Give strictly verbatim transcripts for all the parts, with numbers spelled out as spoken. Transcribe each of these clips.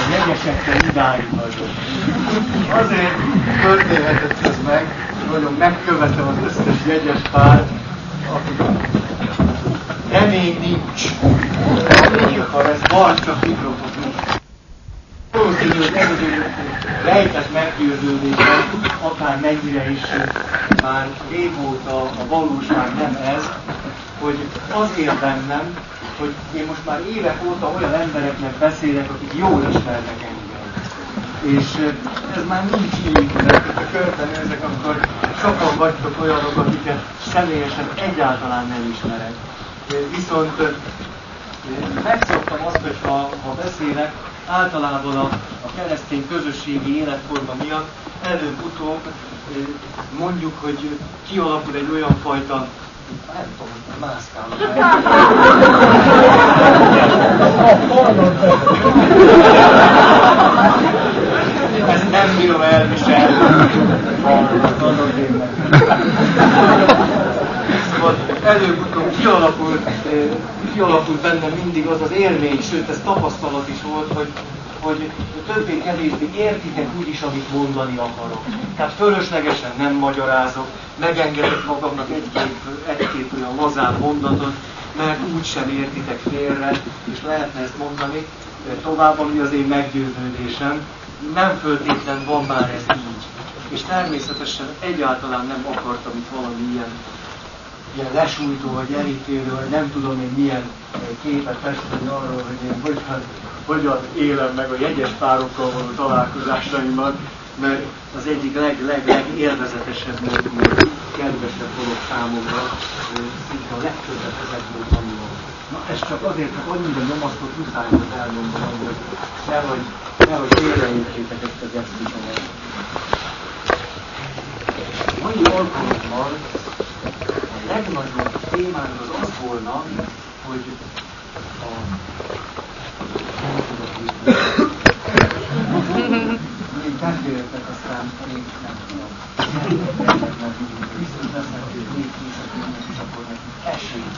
a jegyesekkel idáig vagyok. Azért történhetett ez meg, nagyon megkövetem az összes jegyes párt, akik remény nincs, ha ez van, csak mikrofon. Valószínű, hogy ez az ő rejtett meggyőződésem, akár mennyire is már régóta a valóság nem ez, hogy az ér bennem, hogy én most már évek óta olyan embereknek beszélek, akik jól ismernek engem. És ez már nincs így, mert a körben nézek, amikor sokan vagytok olyanok, akiket személyesen egyáltalán nem ismerek. Viszont megszoktam azt, hogy ha, ha beszélek, általában a, a keresztény közösségi életforma miatt előbb-utóbb mondjuk, hogy kialakul egy olyan fajta, nem tudom, mászkálok. Ezt nem bírom elviselni. Szóval előbb-utóbb kialakult, kialakult bennem mindig az az élmény, sőt ez tapasztalat is volt, hogy, hogy többé-kevésbé értitek úgyis, amit mondani akarok. Tehát fölöslegesen nem magyarázok, megengedek magamnak egy-két, egy-két olyan lazább mondatot, mert úgysem értitek félre, és lehetne ezt mondani. Tovább, ami az én meggyőződésem, nem föltétlen van már ez így. És természetesen egyáltalán nem akartam itt valami ilyen, ilyen lesújtó, vagy elítélő, vagy nem tudom én milyen képet festeni arról, hogy én hogyan, hogyan élem meg a jegyes párokkal való találkozásaimban, mert az egyik leg, leg, leg élvezetesebb, kedvesebb dolog számomra, szinte a legtöbbet ezekből tanulom. Na ez csak azért, hogy annyira nyomasztott muszáj volt elmondani, hogy nehogy, nehogy félreértsétek ezt az esztitomat. Mai alkalommal a legnagyobb témánk az az volna, hogy a... Még beszéltek, aztán még nem tudom. Biztos lesznek, hogy még készítőnek, és akkor nekünk esélyt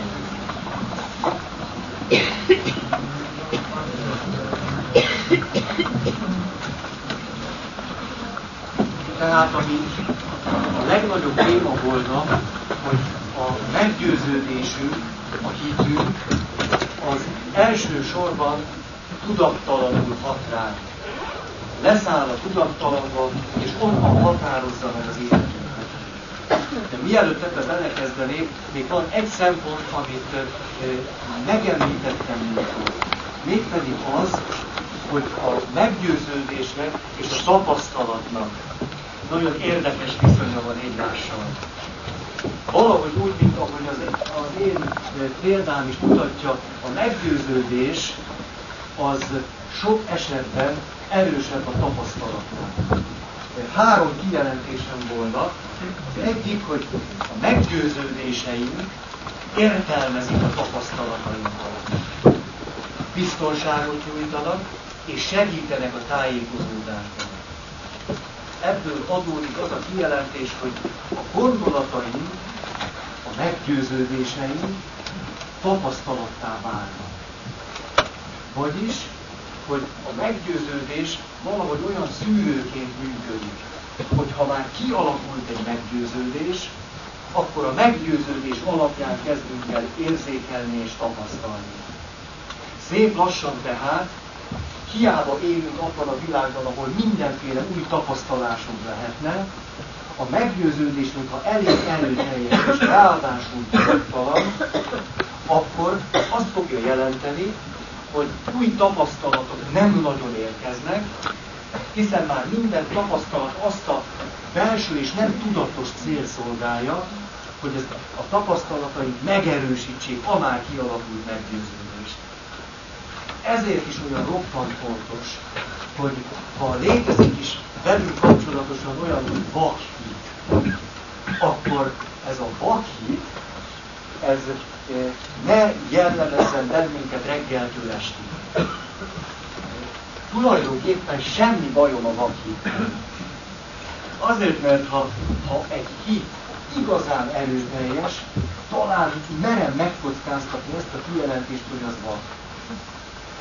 Tehát ami a legnagyobb téma volna, hogy a meggyőződésünk, a hitünk, az elsősorban tudattalanul hat ránk. Leszáll a tudattalanban, és onnan határozza meg az életünket. De mielőtt ebbe belekezdenék, még van egy szempont, amit e, megemlítettem múltkor. Mégpedig az, hogy a meggyőződésnek és a tapasztalatnak nagyon érdekes viszonya van egymással. Valahogy úgy, mint ahogy az, az én példám is mutatja, a meggyőződés az sok esetben erősebb a tapasztalatnál. Három kijelentésem volna. Az egyik, hogy a meggyőződéseink értelmezik a tapasztalatainkat. Biztonságot nyújtanak és segítenek a tájékozódásban. Ebből adódik az a kijelentés, hogy a gondolataink, a meggyőződéseink tapasztalattá válnak. Vagyis, hogy a meggyőződés valahogy olyan szűrőként működik, hogy ha már kialakult egy meggyőződés, akkor a meggyőződés alapján kezdünk el érzékelni és tapasztalni. Szép lassan tehát, hiába élünk abban a világban, ahol mindenféle új tapasztalásunk lehetne, a meggyőződésünk, ha elég erőteljes és ráadásul tudattalan, akkor azt fogja jelenteni, hogy új tapasztalatok nem nagyon érkeznek, hiszen már minden tapasztalat azt a belső és nem tudatos cél szolgálja, hogy ezt a tapasztalataink megerősítsék a már kialakult meggyőződést. Ezért is olyan roppant fontos, hogy ha létezik is velünk kapcsolatosan olyan vakhit, akkor ez a vakhit, ez ne jellemezzen bennünket reggeltől estig. Tulajdonképpen semmi bajom a vakhittel. Azért, mert ha, ha egy hit igazán erőteljes, talán merem megkockáztatni ezt a kijelentést, hogy az vak.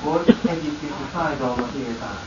amikor egyébként a fájdalmat élt át.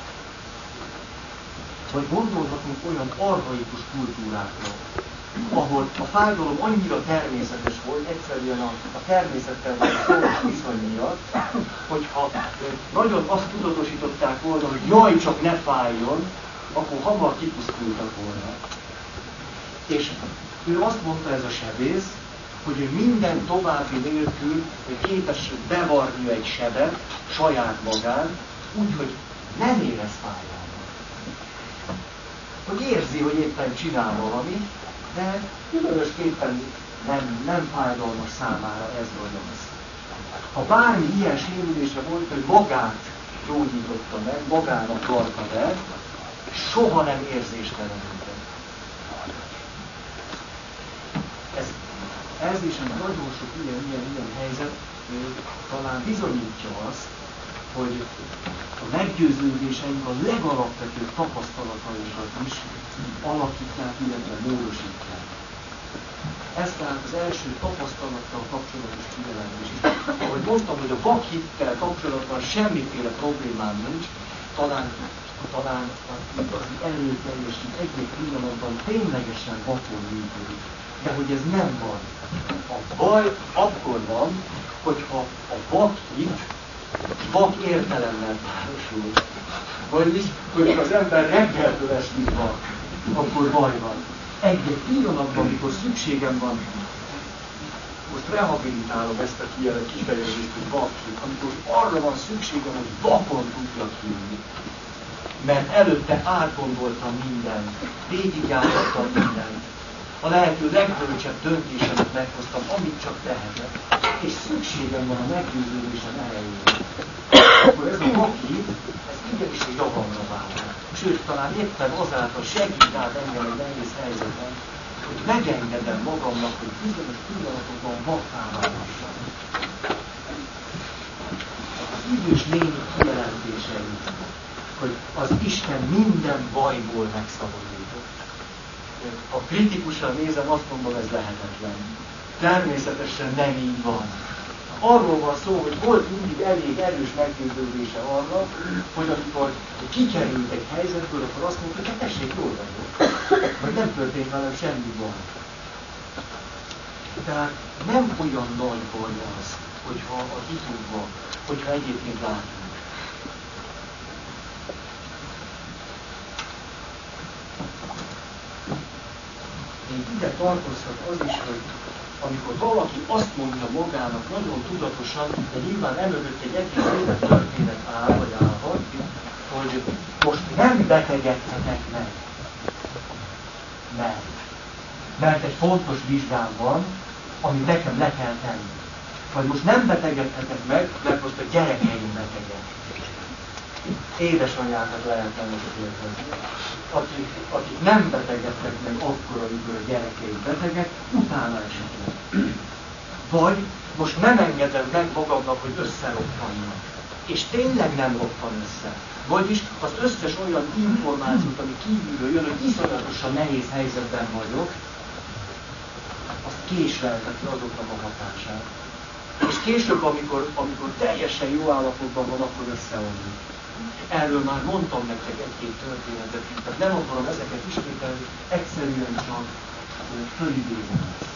Vagy gondolhatunk olyan archaikus kultúrákra, ahol a fájdalom annyira természetes volt, egyszerűen a, a természettel vagy a szoros viszony miatt, hogyha nagyon azt tudatosították volna, hogy jaj, csak ne fájjon, akkor hamar kipusztultak volna. És ő azt mondta, ez a sebész, hogy ő minden további nélkül képes bevarni egy sebet saját magán, úgyhogy nem érez fájdalmat. Hogy érzi, hogy éppen csinál valamit, de különösképpen nem, nem fájdalmas számára ez vagy az. Ha bármi ilyen sérülése volt, hogy magát gyógyította meg, magának tartta be, soha nem érzéstelenített. Ez, ez és nagyon sok ilyen, ilyen, ilyen helyzet talán bizonyítja azt, hogy a meggyőződéseink a legalapvetőbb tapasztalatainkat is alakítják, illetve módosítják. Ez tehát az első tapasztalattal kapcsolatos kijelentés. Ahogy mondtam, hogy a vakhittel kapcsolatban semmiféle problémám nincs, talán, talán az előteljes, egy-egy pillanatban ténylegesen vakon működik. De hogy ez nem van. A baj akkor van, hogyha a vakhit vak értelemmel párosul. Vagyis, hogyha az ember reggeltől estig vak, akkor baj van. Egy-egy pillanatban, amikor szükségem van, most rehabilitálom ezt a kifejezést, hogy vakhit, amikor arra van szükségem, hogy vakon tudjak hívni. Mert előtte átgondoltam mindent, végigjártattam mindent. A lehető legbölcsebb döntésemet meghoztam, amit csak tehetek, és szükségem van a meggyőződésem erejére. Akkor ez a vakhit, ez igenis egy javamra válik. Sőt, talán éppen azáltal segít át engem egy nehéz helyzetben, hogy megengedem magamnak, hogy bizonyos pillanatokban vakká válhassam. Az idős néni kijelentései, hogy az Isten minden bajból megszabadított. Ha kritikusan nézem, azt mondom, ez lehetetlen. Természetesen nem így van. Arról van szó, hogy volt mindig elég erős meggyőződése arra, hogy amikor kikerült egy helyzetből, akkor azt mondta, hogy hát tessék, jól vagyok. Vagy nem történt velem semmi baj. Tehát nem olyan nagy baj az, hogyha a hitunkban, hogyha egyébként látunk. Még ide tartozhat az is, hogy amikor valaki azt mondja magának nagyon tudatosan, de nyilván emögött egy egész élettörténet áll, vagy állhat, hogy most nem betegedhetek meg. Mert. Mert egy fontos vizsgám van, amit nekem le kell tenni. Vagy most nem betegedhetek meg, mert most a gyerekeim betegek. Édesanyákat lehet ennek kérdezni. Akik, akik nem betegedtek meg akkor, amikor a gyerekeik betegek, utána esetleg. Vagy most nem engedem meg magamnak, hogy összeroppannak. És tényleg nem roppan össze. Vagyis az összes olyan információt, ami kívülről jön, hogy iszonyatosan nehéz helyzetben vagyok, azt késlelteti azoknak a hatását. És később, amikor, amikor teljesen jó állapotban van, akkor összeomlik. Erről már mondtam nektek egy-két történetet, tehát nem akarom ezeket ismételni, egyszerűen csak fölidézem ezt.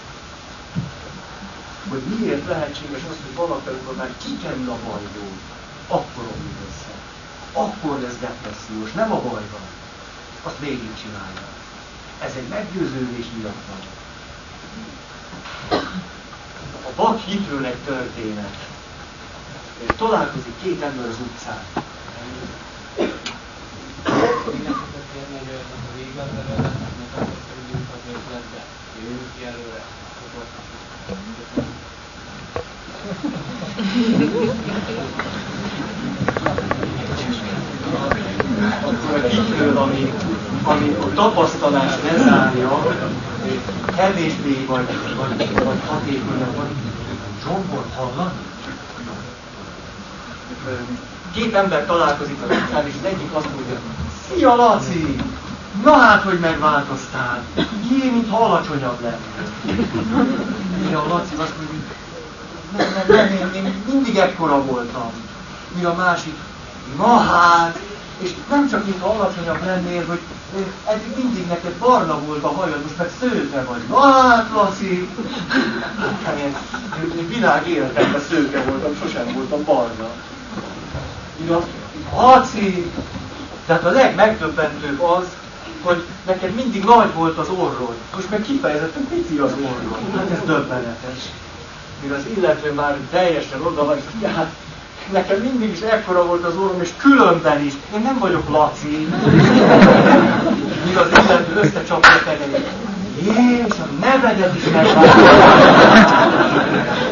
Hogy miért lehetséges az, hogy valaki, amikor már kikerül a bajból, akkor omlik össze. Akkor lesz depressziós, nem a bajban. Azt végigcsinálja. Ez egy meggyőződés miatt van. A vak hitről egy történet. Találkozik két ember az utcán. Akkor a hitről, ami, ami a tapasztalás lezárja, kevésbé vagy, vagy, vagy hatékonyabb vagy. Zsombor hallani? Két ember találkozik az utcán, és az egyik azt mondja, szia Laci! Na hát, hogy megváltoztál! Jé, mintha alacsonyabb lennél. Mire a Laci azt mondja, nem, nem, nem, én, én mindig ekkora voltam. Mire a másik, na hát! És nem csak mintha alacsonyabb lennél, hogy eddig mindig neked barna volt a hajad, most meg szőke vagy. Na hát, Laci! Én, én világ életemben szőke voltam, sosem voltam barna. Ja, Laci! Tehát a legmegdöbbentőbb az, hogy neked mindig nagy volt az orrod. Most meg kifejezetten pici az orrod. Hát ez döbbenetes. Mire az illető már teljesen oda van, és hát nekem mindig is ekkora volt az orrom, és különben is. Én nem vagyok Laci. Mire az illető összecsapja a tegeit. Jé, és a nevedet is megváltozott.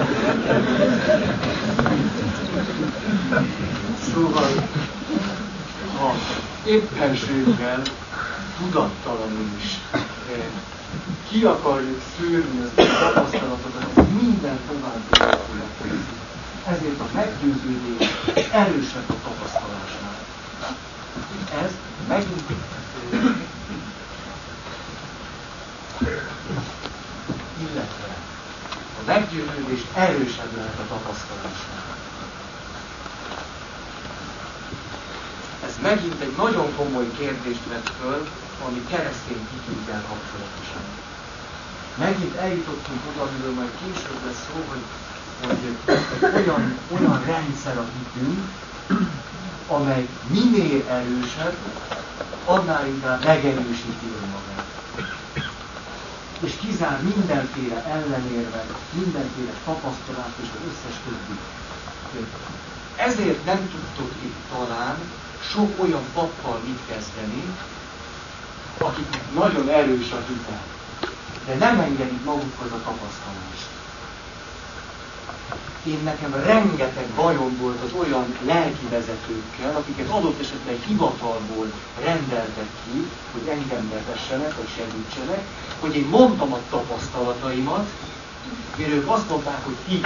Szóval, ha éppenséggel, tudattalanul is eh, ki akarjuk szűrni az tapasztalatokat, az minden további életet. Ezért a meggyőződés erősebb a tapasztalásnál. Ez megint illetve a meggyőződés erősebb lehet a tapasztalásnál. Ez megint egy nagyon komoly kérdést vett föl, ami keresztény hitünkkel kapcsolatosan. Megint eljutottunk oda, amiről majd később lesz szó, hogy, hogy olyan, olyan rendszer a hitünk, amely minél erősebb, annál inkább megerősíti önmagát. És kizár mindenféle ellenérvet, mindenféle tapasztalást és az összes többi. Ezért nem tudtok itt talán sok olyan pappal mit kezdeni, akiknek nagyon erős a hite, de nem engedik magukhoz a tapasztalást. Én nekem rengeteg bajom volt az olyan lelkivezetőkkel, akiket adott esetben egy hivatalból rendeltek ki, hogy engem vezessenek, vagy segítsenek, hogy én mondtam a tapasztalataimat, mire ők azt mondták, hogy így.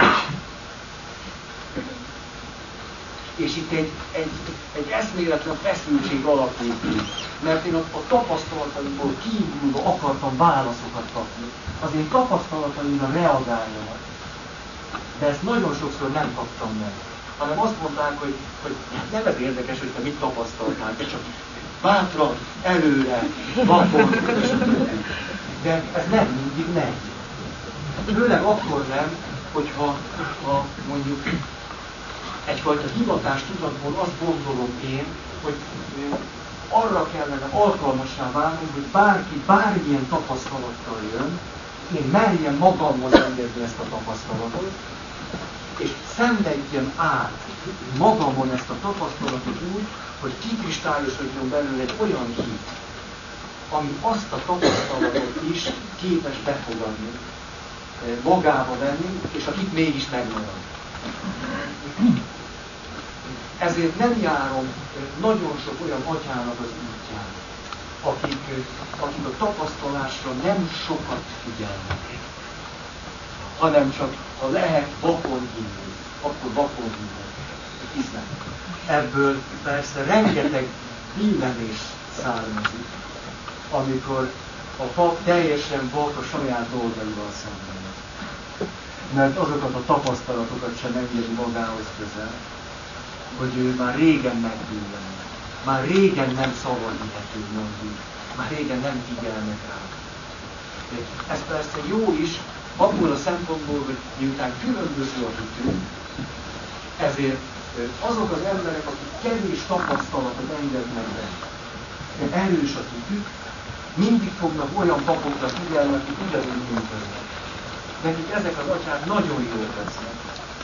És itt egy, egy, egy eszméletlen feszültség alakult ki, mert én a, a tapasztalataimból kiindulva akartam válaszokat kapni. Az én tapasztalataimra reagáljanak. De ezt nagyon sokszor nem kaptam meg. Hanem azt mondták, hogy, hogy nem ez érdekes, hogy te mit tapasztaltál, te csak bátran, előre, vakon, és a többi. De ez nem mindig megy. Főleg akkor nem, hogyha ha mondjuk egyfajta hivatástudatból azt gondolom én, hogy arra kellene alkalmassá válnom, hogy bárki bármilyen tapasztalattal jön, én merjem magamhoz engedni ezt a tapasztalatot, és szenvedjem át magamon ezt a tapasztalatot úgy, hogy kikristályosodjon belőle egy olyan hit, ami azt a tapasztalatot is képes befogadni. magába venni, és akik mégis megmarad. Ezért nem járom nagyon sok olyan atyának az útján, akik, akik a tapasztalásra nem sokat figyelnek, hanem csak, ha lehet, vakon hinni, akkor vakon hinni, hisznek. Ebből persze rengeteg billenés származik, amikor a pap teljesen vak a saját dolgaival szemben. Mert azokat a tapasztalatokat sem engedi magához közel, hogy ő már régen megbillen, már régen nem szabadhihető, mondjuk, már régen nem figyelnek rá. Ez persze jó is, abból a szempontból, hogy miután különböző a hitünk, ezért azok az emberek, akik kevés tapasztalatot engednek be, erős a hitük, mindig fognak olyan papokra figyelni, akik ugyanúgy működnek. Nekik ezek az atyák nagyon jól vesznek.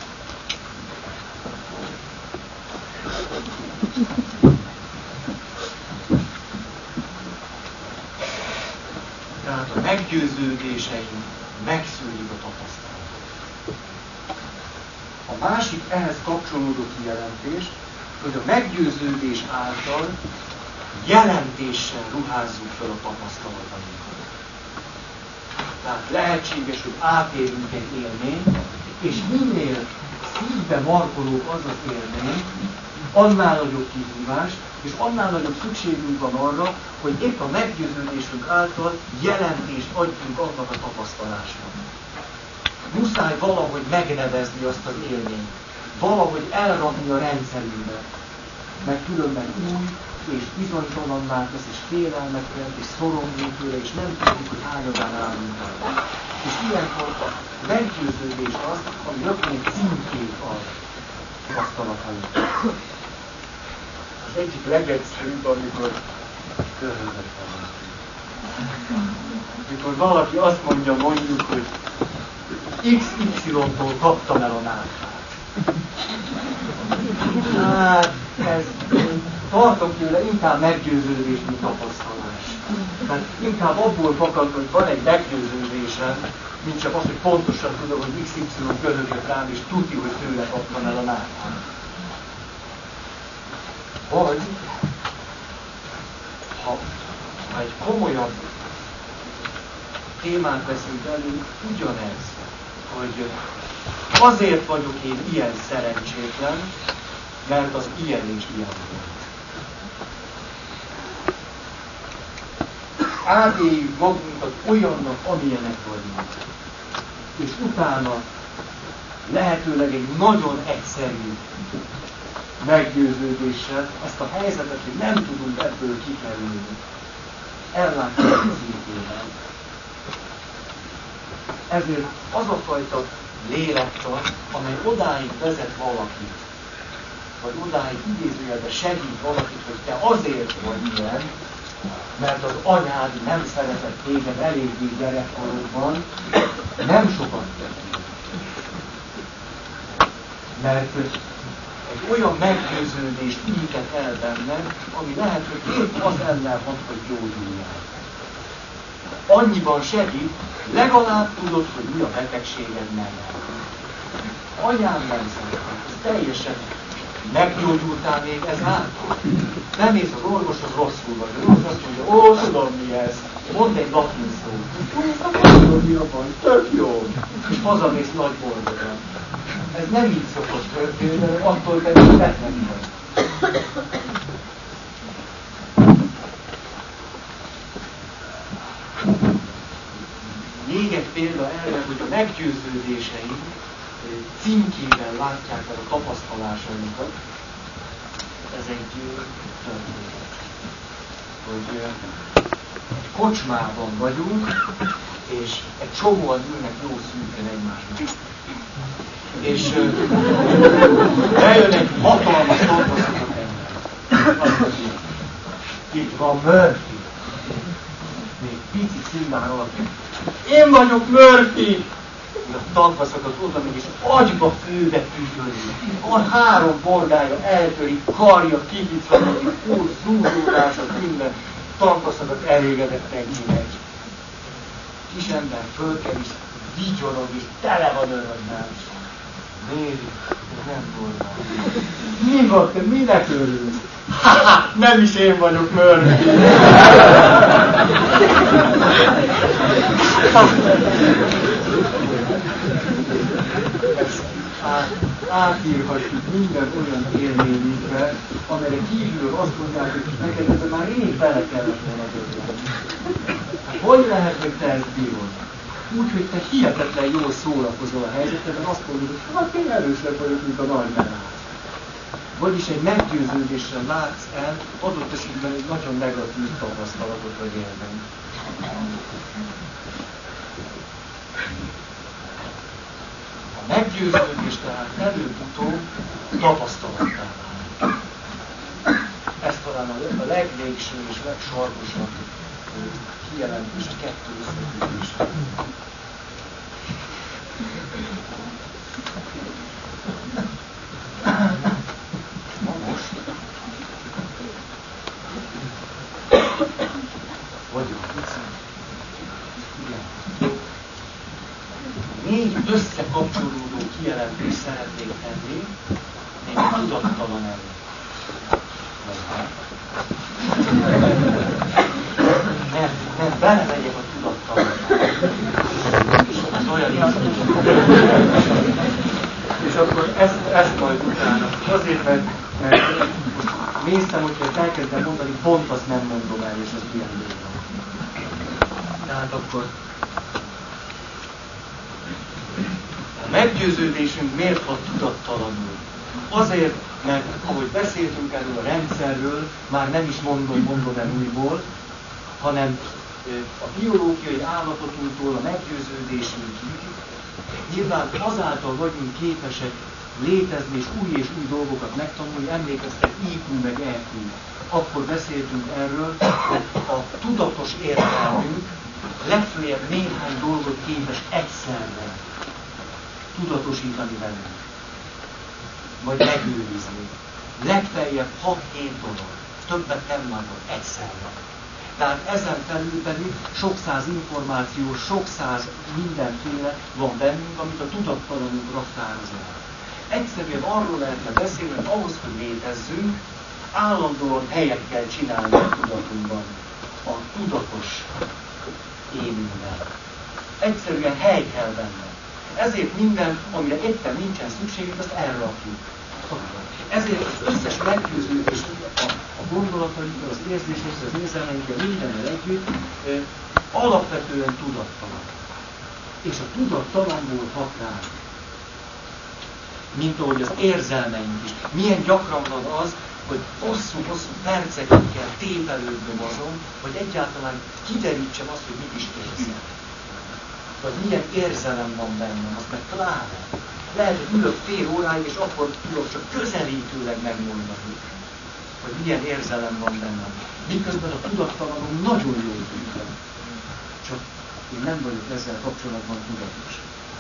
Tehát a meggyőződéseink megszűrik a tapasztalatot. A másik ehhez kapcsolódó kijelentés, hogy a meggyőződés által jelentéssel ruházzuk fel a tapasztalatainkat. Tehát lehetséges, hogy átérünk egy élményt, és minél szívbe markolóbb az az élmény, annál nagyobb kihívás, és annál nagyobb szükségünk van arra, hogy épp a meggyőződésünk által jelentést adjunk annak a tapasztalásnak. Muszáj valahogy megnevezni azt az élményt, valahogy elrakni a rendszerünkbe, mert különben új és bizonytalanná tesz, és félelmet kelt, és szorongunk tőle, és nem tudjuk, hogy hányadán állunk el. És ilyenkor a meggyőződés az, ami rögtön egy címkét ad tapasztalataink. Az egyik legegyszerűbb, amikor amikor valaki azt mondja mondjuk, hogy iksz ipszilon-tól kaptam el a náthát. Hát, ez tartok tőle inkább meggyőződés, mint tapasztalás. Tehát inkább abból fakad, hogy van egy meggyőződésem, mint csak az, hogy pontosan tudom, hogy iksz ipszilon köhögött rám, és tuti, hogy tőle kaptam el a náthát. Vagy, ha, ha egy komolyabb témát veszünk elő, ugyanez, hogy azért vagyok én ilyen szerencsétlen, mert az ilyen és ilyen volt. Átéljük magunkat olyannak, amilyenek vagyunk. És utána lehetőleg egy nagyon egyszerű meggyőződéssel ezt a helyzetet, hogy nem tudunk ebből kikerülni, ellátjuk az szívkével. Ezért az a fajta lélektan, amely odáig vezet valakit, vagy odáig idézőjelben segít valakit, hogy te azért vagy ilyen, mert az anyád nem szeretett téged eléggé gyerekkorodban, nem sokat tett. Mert egy olyan meggyőződést ültet el benned, ami lehet, hogy épp az ellen van, hogy gyógyuljál. Annyiban segít, legalább tudod, hogy mi a betegséged nem. Anyám nem szeretett, ez teljesen meggyógyultál még ezáltal. Nem mész az orvoshoz, rosszul vagy. Az orvos azt mondja, ó, tudom mi ez. Mondd egy latin szót. Tudom, mi a baj, tök jó. És hazamész nagy boldogan. Ez nem így szokott történni, de attól pedig beteg vagy. Még egy példa erre, hogy a meggyőződéseink címkével látják el a tapasztalásainkat. Ez egy történet. Hogy egy kocsmában vagyunk, és egy csomóan ülnek jó szűken egymásnak. És bejön egy hatalmas tartozhatott ember. Azt mondja, itt van Murphy. Még pici címmár alatt. Én vagyok Murphy! A tankaszakat oda meg, és agyba főbe tüdöli. A három bordája eltörik, karja kihicvakodik, úr, zúzódások, minden tankaszakat elégedetten kimegy. Kis ember fölkel, és vigyorog és tele van örömmel. Méri, ez nem durva. Mi van, te minek örülsz? Ha-ha, nem is én vagyok Murphy. Át, átírhatjuk minden olyan élményünkre, amelyre kívül azt mondják, hogy neked ebben már rég bele kellett volna dögleni. Hát hogy lehet, hogy te ezt bírod? Úgy, hogy te hihetetlen jól szórakozol a helyzetben, azt mondod, hogy hát én erősebb vagyok, mint a nagy menát. Vagyis egy meggyőződéssel látsz el, adott esetben egy nagyon negatív tapasztalatot vagy élményt. A meggyőződés tehát előbb-utóbb tapasztalattá válik. Ez talán a legvégső és legsarkosabb kijelentés, a kettő összefüggés. Na most vagyunk négy összekapcsolódó kijelentést szeretnék tenni, még tudattalan előtt. Nem, nem, belemegyek a tudattalanba. Ez olyan is. És akkor ezt, ezt majd utána. Azért, mert, mert most néztem, hogyha elkezdem mondani, pont azt nem mondom el, és az ilyen van. Tehát akkor a meggyőződésünk miért van tudattalanul? Azért, mert ahogy beszéltünk erről a rendszerről, már nem is mondom, mondom el újból, hanem a biológiai állapotunktól a meggyőződésünkig nyilván azáltal vagyunk képesek létezni és új és új dolgokat megtanulni, emlékeztek I Q meg E Q. Akkor beszéltünk erről, hogy a tudatos értelmünk legfeljebb néhány dolgot képes egyszerre tudatosítani velünk. Vagy megőrizni. Legfeljebb hat-hét dolog. Többet nem nagyon, egyszerre. Tehát ezen felül pedig sok száz információ, sok száz mindenféle van bennünk, amit a tudattalanunk raktároz el. Egyszerűen arról lehetne beszélni, hogy ahhoz, hogy létezzünk, állandóan helyet kell csinálni a tudatunkban, a tudatos énünkben. Egyszerűen hely kell benne. Ezért minden, amire éppen nincsen szükségünk, azt elrakjuk. Ezért az összes meggyőződés, a, a gondolatainkkel, az érzésekkel, az érzelmeinkkel, mindennel együtt e, alapvetően tudattalan. És a tudattalanból hat rá. Mint ahogy az érzelmeink is. Milyen gyakran van az, hogy hosszú-hosszú percekig kell tépelődnöm azon, hogy egyáltalán kiderítsem azt, hogy mit is érzem. Vagy milyen érzelem van bennem, azt meg pláne. Lehet, hogy ülök fél óráig, és akkor tudom csak közelítőleg megmondani, hogy milyen érzelem van bennem. Miközben a tudattalanom nagyon jól tudja. Csak én nem vagyok ezzel kapcsolatban tudatos.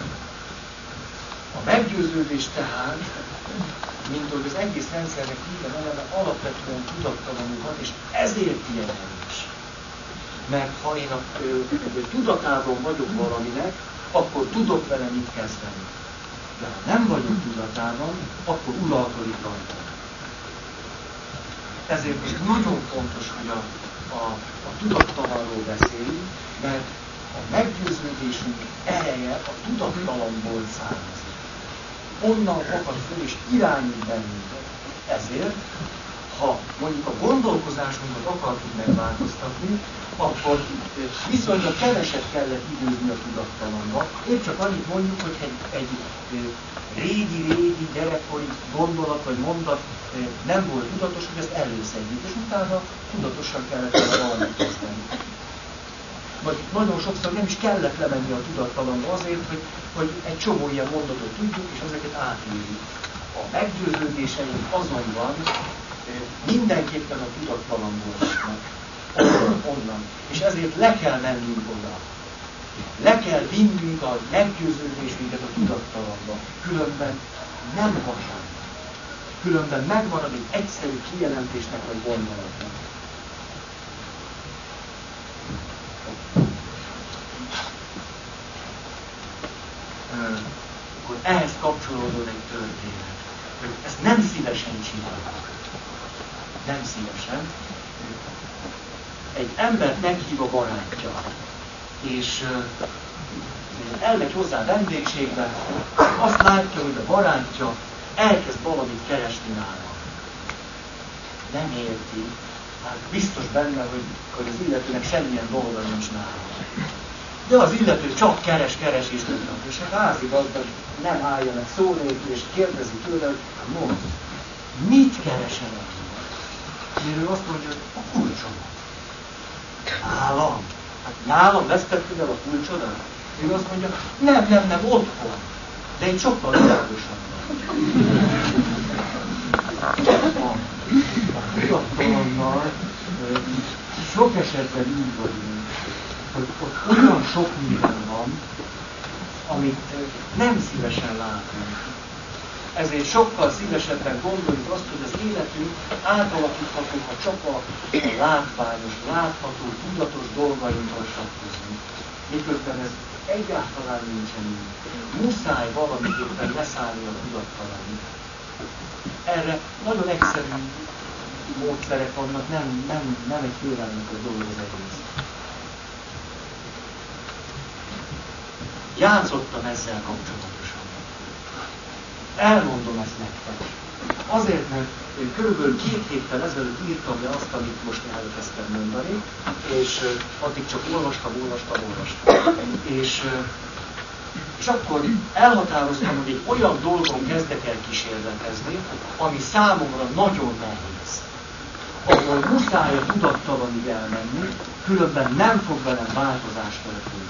A meggyőződés tehát, mint hogy az egész rendszernek minden eleme alapvetően tudattalanul van, és ezért ilyen erős. Mert ha én a, ö, tudatában vagyok valaminek, akkor tudok vele mit kezdeni. De ha nem vagyok tudatában, akkor uralkodik rajta. Ezért most nagyon fontos, hogy a, a, a tudattalanról beszéljünk, mert a meggyőződésünk ereje a tudattalanból származik. Onnan fakad föl és irányít bennünket. Ezért, ha mondjuk a gondolkozásunkat akartuk megváltoztatni, akkor viszonylag keveset kellett időzni a tudattalanba. Épp csak annyit mondjuk, hogy egy, egy régi-régi gyerekkori gondolat vagy mondat nem volt tudatos, hogy ezt előszedjük, és utána tudatosan kellett valamit kezdeni. Vagy nagyon sokszor nem is kellett lemenni a tudattalanba azért, hogy, hogy egy csomó ilyen mondatot tudjuk, és ezeket átírjuk. A meggyőződéseink azonban mindenképpen a tudattalanból vannak. Onnan, onnan. És ezért le kell mennünk oda. Le kell vinnünk a meggyőződésünket a tudattalanba. Különben nem hatán. Különben megmarad egy egyszerű kijelentésnek vagy gondolatnak. ezt nem szívesen csinálják. Nem szívesen. Egy embert meghív a barátja, és elmegy hozzá vendégségbe, azt látja, hogy a barátja elkezd valamit keresni nála. Nem érti, hát biztos benne, hogy, hogy az illetőnek semmilyen dolga nincs nála. De az illető csak keres, keres és tudnak. És a házigazda nem állja meg szó nélkül, és kérdezi tőle, hogy mondd, mit keresel el? Mert ő azt mondja, hogy a kulcsomat. Nálam? Hát nálam vesztetted el a kulcsodat? Ő azt mondja, nem, nem, nem, otthon. De egy sokkal világosabb. A tudattalannal sok esetben így vagyunk, hogy ott olyan sok minden van, amit nem szívesen látunk. Ezért sokkal szívesebben gondoljuk azt, hogy az életünk átalakítható, ha csak a, a látványos, látható, tudatos dolgainkkal sakkozunk. Miközben ez egyáltalán nincsen így. Muszáj valamiképpen leszállni a tudattalanit. Erre nagyon egyszerű módszerek vannak, nem, nem, nem egy félelmetes dolog az egész. Játszottam ezzel kapcsolatosan. Elmondom ezt nektek. Azért, mert körülbelül két héttel ezelőtt írtam le azt, amit most elkezdtem mondani, és addig csak olvastam, olvastam, olvastam. És, és akkor elhatároztam, hogy egy olyan dolgon kezdek el kísérletezni, ami számomra nagyon nehéz. Ahol muszáj a tudattalanig elmenni, különben nem fog velem változás történni.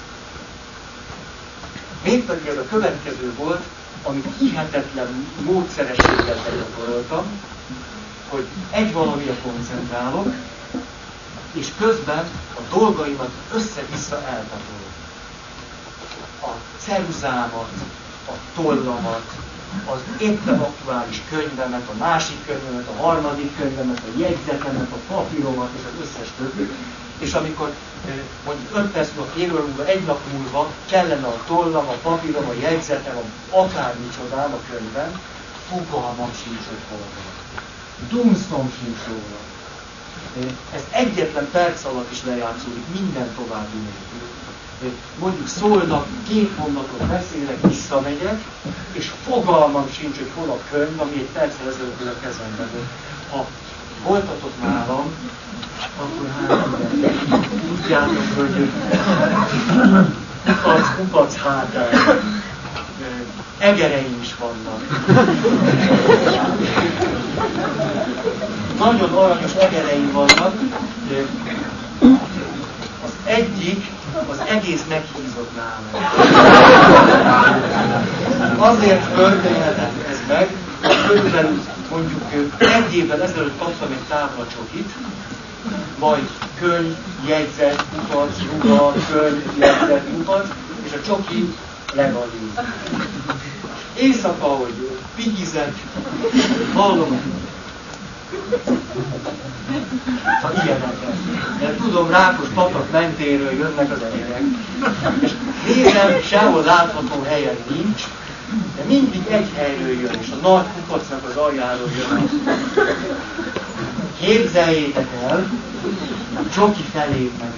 Mégpedig ez a következő volt, amit hihetetlen módszerességgel begyakoroltam, hogy egy valamire koncentrálok, és közben a dolgaimat össze-vissza elpatolom. A ceruzámat, a tollamat, az éppen aktuális könyvemet, a másik könyvemet, a harmadik könyvemet, a jegyzetemet, a papíromat és az összes többi. És amikor mondjuk öt perc múlva, fél óra múlva, egy nap múlva kellene a tollam, a papírom, a jegyzetem, akármicsodám a könyvben, fogalmam sincs, hogy hol van. Dunszom sincs róla. Ez egyetlen perc alatt is lejátszódik, minden további nélkül. Mondjuk szólnak, két mondatot beszélek, visszamegyek, és fogalmam sincs, hogy hol a könyv, ami egy perccel ezelőtt a kezemben volt. Ha voltatok nálam, akkor hát igen, tudjátok, hogy kupac, kupac hátán egereim is vannak. Nagyon aranyos egereim vannak. Az egyik, az egész meghízott nálam. Azért történhetett ez meg, hogy körülbelül mondjuk egy évvel ezelőtt kaptam egy tábla csokit, majd könyv, jegyzet, kupac, ruha, könyv, jegyzet, kupac, és a csoki legalul. Éjszaka, hogy pigizek, hallom, ha ilyeneket. Mert tudom, Rákos patak mentéről jönnek az egerek. És nézem, sehol látható helyen nincs, de mindig egy helyről jön, és a nagy kupacnak az aljáról jön. Képzeljétek el, a csoki felé meg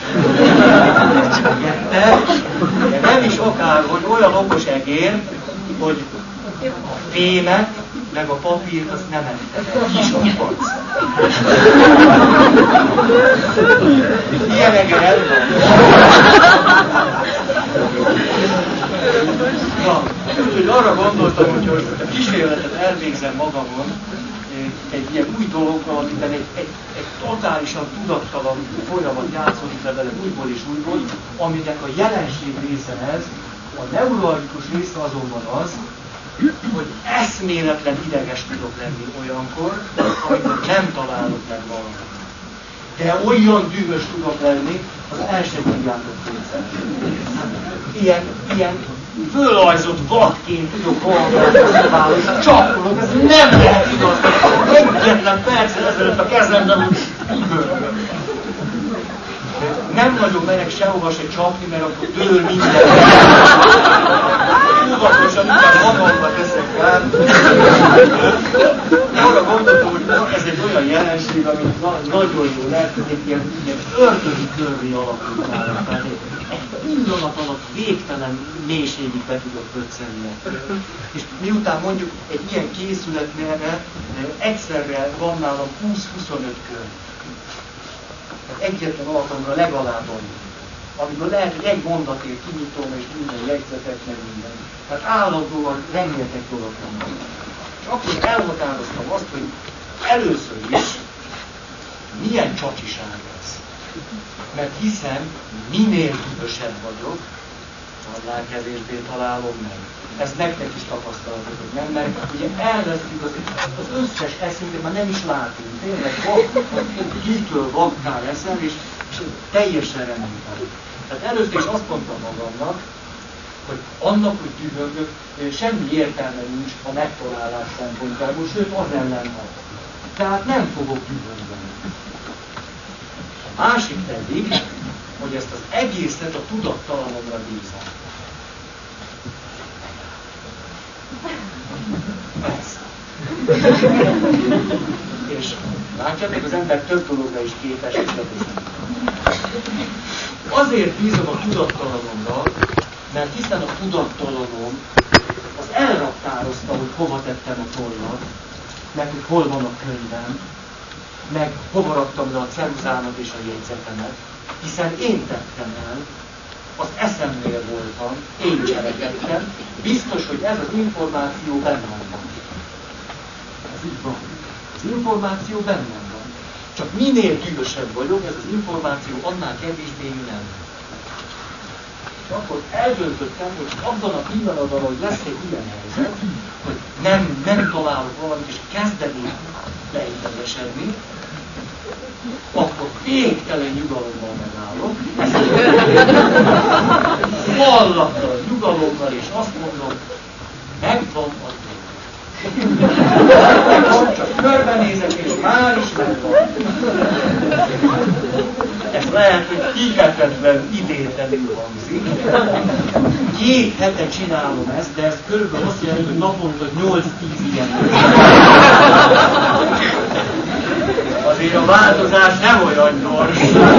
a de nem is akárhogy olyan okos egér, hogy a fémet, meg a papírt, azt nem ette. Kis kupac. Ilyen egér elvan. Na, úgyhogy arra gondoltam, hogy a kísérletet elvégzem magamon, egy ilyen új dologgal, amiben egy, egy, egy totálisan tudattalan folyamat játszódik le velem újból és újból, aminek a jelenség része ez, a neurologikus része azonban az, hogy eszméletlen ideges tudok lenni olyankor, amikor nem találok meg valamit. De olyan dühös tudok lenni, az el sem tudjátok képzelni. Ilyen, ilyen fölajzott vadként tudok hallgatni, és csapolok, ez nem lehet igaz. Egyetlen perccel ezelőtt a kezemben úgy üvölgök. Nem nagyon merek sehova se csapni, mert akkor dől minden. tudatosan inkább magamban teszek rá. Arra gondoltam, hogy ez egy olyan jelenség, amit nagyon jó lehet, hogy egy ilyen, ilyen ördögi körvé alakult nálam. Tehát egy pillanat alatt végtelen mélységig be tudok pöccenni. És miután mondjuk egy ilyen készületnél egyszerre van nálam húsz-huszonöt kör. Tehát egyetlen alkalomra legalább annyi. Amikor lehet, hogy egy mondatért kinyitom, és minden jegyzetet, meg minden. Tehát állandóan rengeteg dolog van. És akkor elhatároztam azt, hogy először is milyen csacsiság ez. Mert hiszem, minél dühösebb vagyok, annál kevésbé találom meg. Ez nektek is tapasztalatok, hogy nem, mert ugye elvesztjük az, az összes eszünket, már nem is látunk. Tényleg, kitől vakká leszem, és, és teljesen reménytelen. Tehát először is azt mondtam magamnak, hogy annak, hogy dühöngök, semmi értelme nincs a megtalálás szempontjából, sőt az ellen hat. Tehát nem fogok dühöngeni. A másik pedig, hogy ezt az egészet a tudattalanomra bízom. Persze. És látjátok, az ember több dologra is képes, és azért bízom a tudattalanomra, mert hiszen a tudattalanom az elraktározta, hogy hova tettem a tollat, meg hogy hol van a könyvem, meg hova raktam le a ceruzámat és a jegyzetemet, hiszen én tettem el, az eszemnél voltam, én cselekedtem, biztos, hogy ez az információ bennem van. Ez így van. Az információ bennem van. Csak minél dühösebb vagyok, ez az információ annál kevésbé jön el. És akkor eldöntöttem, hogy abban a pillanatban, hogy lesz egy ilyen helyzet, hogy nem, nem találok valamit, és kezdeni beiteljesedni, akkor végtelen nyugalommal megállok, hallattal, nyugalommal, és azt mondom, megvan a dolog. Csak körbenézek, és már is megvan. Ez lehet, hogy hihetetlen idétlenül hangzik. Két hete csinálom ezt, de ez körülbelül azt jelenti, hogy naponta nyolc-tíz ilyen. Azért a változás nem olyan gyors.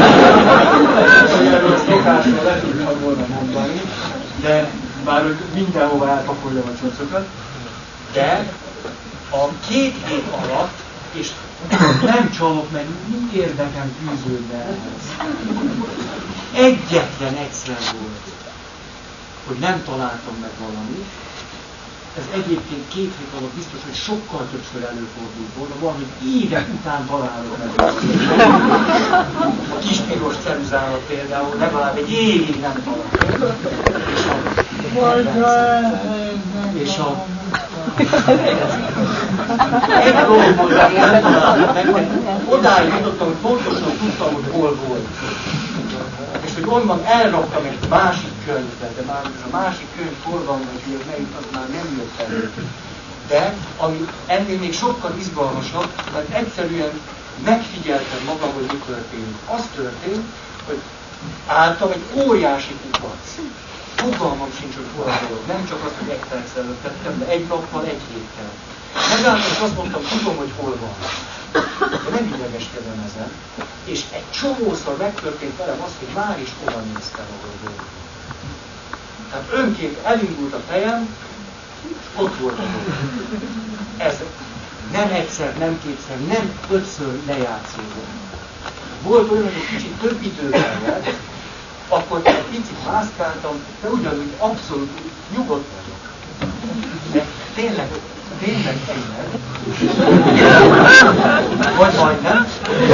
Erről szokásról le tudtam volna mondani, de bár mindenhova elpakoljam a cuccokat. De a két hét alatt, és nem csalok meg, mi érdekem fűződne ehhez. Egyetlen egyszer volt, hogy nem találtam meg valamit. Ez egyébként két hét alatt biztos, hogy sokkal többször előfordult volna, valami évek után találok meg valamit. A kis piros ceruzának például legalább egy évig nem találtam. És a... És a egy dologból nem találtam meg, mert odáig jutottam, hogy pontosan tudtam, hogy hol volt. És hogy onnan elraktam egy másik könyvbe, de már ez a másik könyv hol van, vagy melyik, az már nem jött elő. De ami ennél még sokkal izgalmasabb, mert egyszerűen megfigyeltem magam, hogy mi történik. Az történt, hogy álltam egy óriási kupac. Fogalmam sincs, hogy hol a dolog. Nem csak azt, hogy egy perc előtt tettem, de egy nappal, egy héttel. Megálltam, és azt mondtam, tudom, hogy hol van. De nem idegeskedem ezen. És egy csomószor megtörtént velem az, hogy már is oda néztem, ahol volt. Tehát önként elindult a fejem, és ott volt a dolog. Ez nem egyszer, nem kétszer, nem ötször lejátszódott. Volt olyan, hogy kicsit több időben lett, akkor egy picit mászkáltam, de ugyanúgy abszolút nyugodt vagyok. De tényleg, tényleg, tényleg. Vagy majdnem.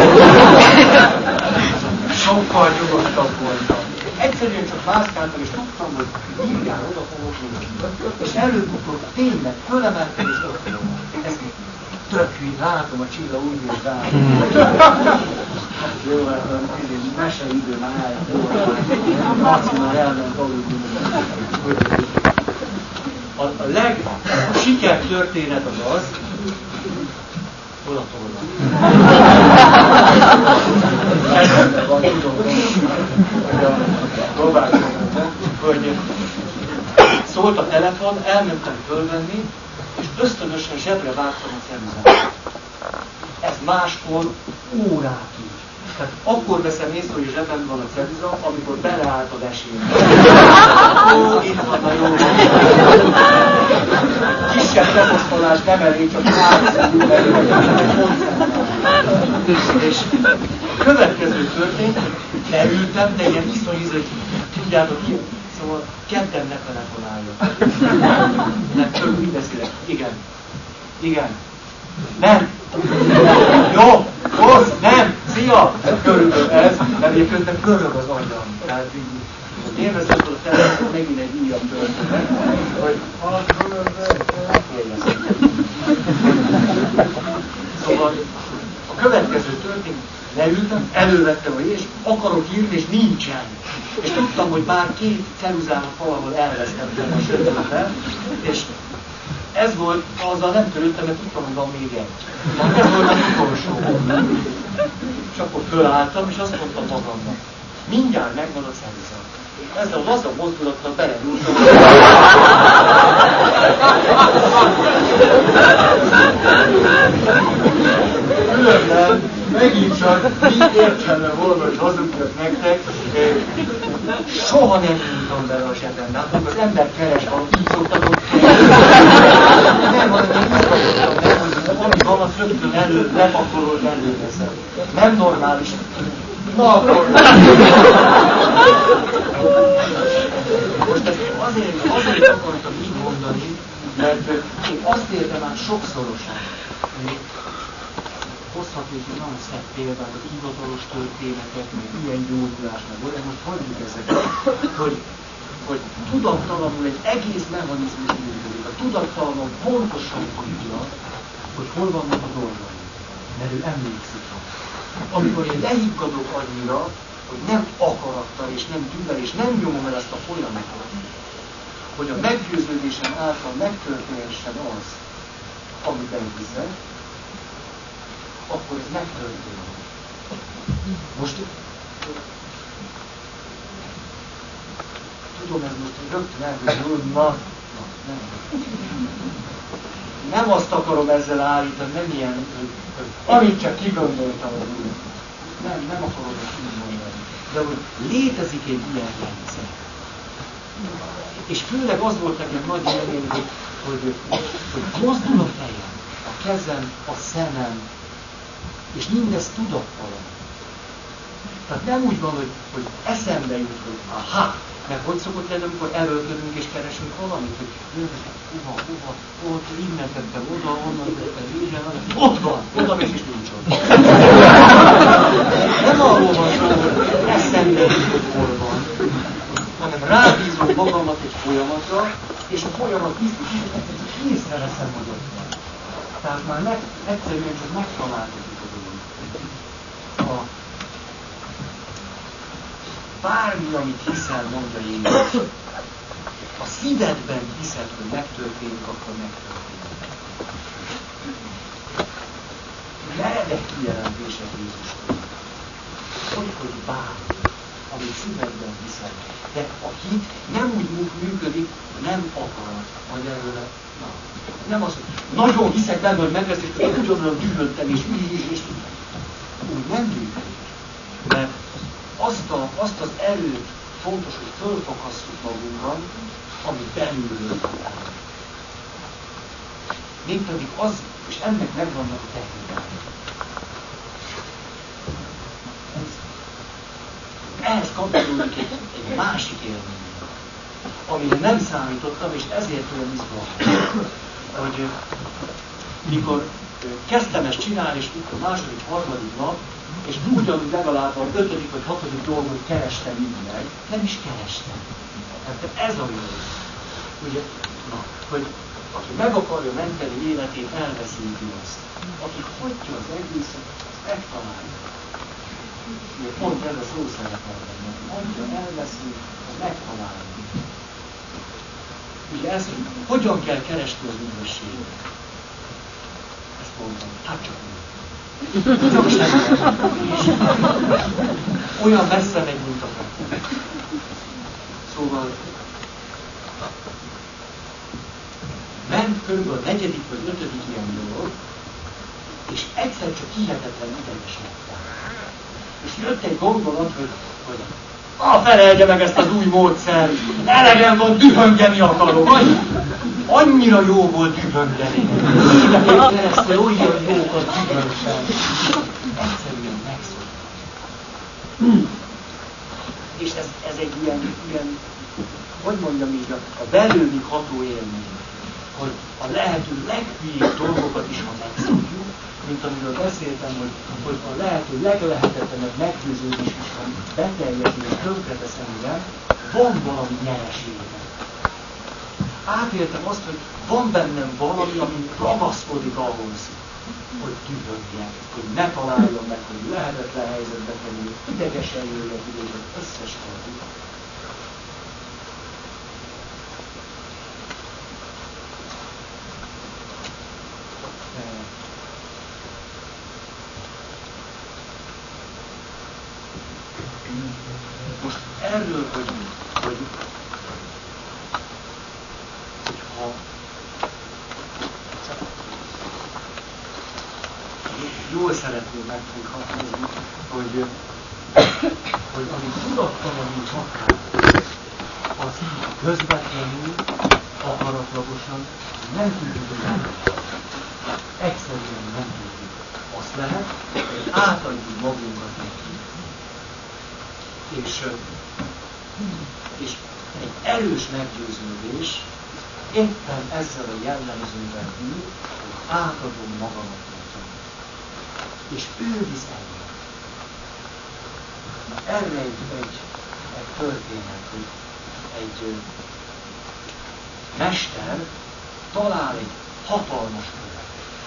Sokkal nyugodtabb voltam. Egyszerűen csak mászkáltam, és tudtam, hogy mindjárt oda fogok nyugodni. És előbb-utóbb tényleg fölemeltem, és ott vagyok. Ez tök hűt, látom a csilla úgy, hogy rátom. Jó, hát a meseidő már eljött. Marci már elment aludni. A, a legsikertörténet az az, hol a torna? Esetben van, tudom, hogy a próbálkozom, hogy Szólt a telefon, elmentem fölvenni, és ösztönösen zsebre vágtam a ceruzát. Ez máskor órákig. Tehát akkor veszem észre, hogy zsebben van a ceruza, amikor beleállt a vesénybe. Ó, itt van, na jó van. Kisebb leposztolás nem elég, csak háromszor És a következő történt, leültem, de ilyen iszonyíz, hogy tudjátok ki, szóval kedden ne telefonáljon. Nem, csak úgy beszélek. Igen. Igen. Nem. Jó, hozz, nem, szia! Körülbelül ez, mert ugye közben körög az agyam. Tehát így, én veszem a telefon, megint egy újabb történet, hogy ha Szóval a következő történet, leültem, elővettem a és akarok írni, és nincsen. És tudtam, hogy már két ceruzámat valahol elvesztem tőle a sötétben, és ez volt, azzal nem törődtem, mert tudtam, hogy van még egy. Ez volt az utolsó. És akkor fölálltam, és azt mondtam magamnak, mindjárt megvan a ceruza. Ezzel a laza mozdulattal belenyúltam. Különben megint csak mi értelme volna, hogy hazudjak nektek, soha nem nyújtom bele a zsebembe. Hát az ember keres van, így szoktatok nem, hanem én izgatottam, nem, ami van, azt rögtön elő, lepakolod, előveszem. Nem normális. Na akkor... Most ezt azért, azért akartam így mondani, mert én azt értem át sokszorosan, hozhatnék egy nagyon szebb példát, az hivatalos történetek, meg ilyen gyógyulás, meg olyan, most hagyjuk ezeket, hogy, hogy tudattalanul egy egész mechanizmus működik. A tudattalanul pontosan tudja, hogy hol vannak a dolgai, mert ő emlékszik rá. Amikor én lehiggadok annyira, hogy nem akarattal és nem tűvel és nem nyomom el ezt a folyamatot, hogy a meggyőződésem által megtörténhessen az, amiben hiszek, akkor ez megtörténik. Most tudom, ez most rögtön elhűzül, na, na, nem. Nem azt akarom ezzel állítani, nem ilyen, hogy, hogy amit csak kigondoltam az úr. Nem, nem akarom ezt így mondani. De hogy létezik egy ilyen rendszer. És főleg az volt nekem nagy élmény, hogy, hogy, hogy mozdul a fejem, a kezem, a szemem, és mindez tudattalan. Tehát nem úgy van, hogy, hogy eszembe jut, hogy aha, mert hogy szokott lenni, amikor elöltözünk és keresünk valamit, hogy hova, hova, ott, innen tettem oda, onnan tettem, innen, ott van, oda még is nincs ott. Nem arról van szó, hogy eszembe jut, hogy hol van, hanem rábízom magamat egy folyamatra, és a folyamat biztos, hogy észreveszem, hogy ott van. Tehát már meg, egyszerűen csak megtalálkozik a dolog. A bármi, amit hiszel, mondja Jézus, a szívedben hiszed, hogy megtörténik, akkor megtörténik. Meredek kijelentések Jézustól. Hogy, hogy bármi, amit szívedben hiszed. De a hit nem úgy működik, nem akarat, majd erről na. Nem az, hogy nagyon hiszek benne, hogy megvesz, és ugyanolyan dühöttem, és így, és úgy nem működik. Mert azt, a, azt az erőt fontos, hogy fölfakasszuk magunkban, ami belülről van. Mégpedig az, és ennek megvannak a technikák. Ehhez kapcsolódik egy, egy másik élmény, amire nem számítottam, és ezért olyan izgalmas. Hogy mikor kezdtem ezt csinálni, és mikor második, harmadik nap, és ugyanúgy legalább a ötödik vagy hatodik dolgot kerestem így meg, nem is kerestem. Hát ez a jó. Ugye, na, hogy aki meg akarja menteni életét, elveszíti azt. Aki hagyja az egészet, azt megtalálja. Ugye pont ez a szó szerepel benne. Hagyja, elveszi, az megtalálja. Ugye ez, hogy hogyan kell keresni az üdvösséget? Ezt mondtam. Hát csak úgy. Csak semmi. Olyan messze megy, mint a fekete. Szóval ment körülbelül a negyedik vagy ötödik ilyen dolog, és egyszer csak hihetetlen ideges lettem. És jött egy gondolat, hogy, hogy ah, felelje meg ezt az új módszert, elegem van, dühöngeni akarok, annyira jó volt dühöngeni. Éveken keresztül olyan jókat dühöngtem. Egyszerűen megszoktam. És ez, ez egy ilyen, ilyen, hogy mondjam így, a belőlük ható élmény, hogy a lehető leghülyébb dolgokat is, ha megszokjuk, mint amiről beszéltem, hogy, hogy a lehető leglehetetlenebb meggyőződés is, ha beteljesül és tönkretesz engem, van valami nyeresége. Átéltem azt, hogy van bennem valami, ami ragaszkodik ahhoz, hogy dühöngjek, hogy ne találjam meg, hogy lehetetlen helyzetbe kerül, idegesen jöjjek ide, és az összes tartjuk. Most erről, hogy, hogy, hogy ha jól szeretném megfoghatni, hogy, hogy amit tudattalanul akár, az közvetlenül, akaratlagosan nem tudjuk, hogy nem. Egyszerűen nem tudjuk. Azt lehet, hogy átadjuk magunkat neki. És, és egy erős meggyőződés éppen ezzel a jellemzővel ül, hogy átadom magamat neki. És ő visz engem. Erre egy, egy, egy történet, hogy egy mester talál egy hatalmas követ.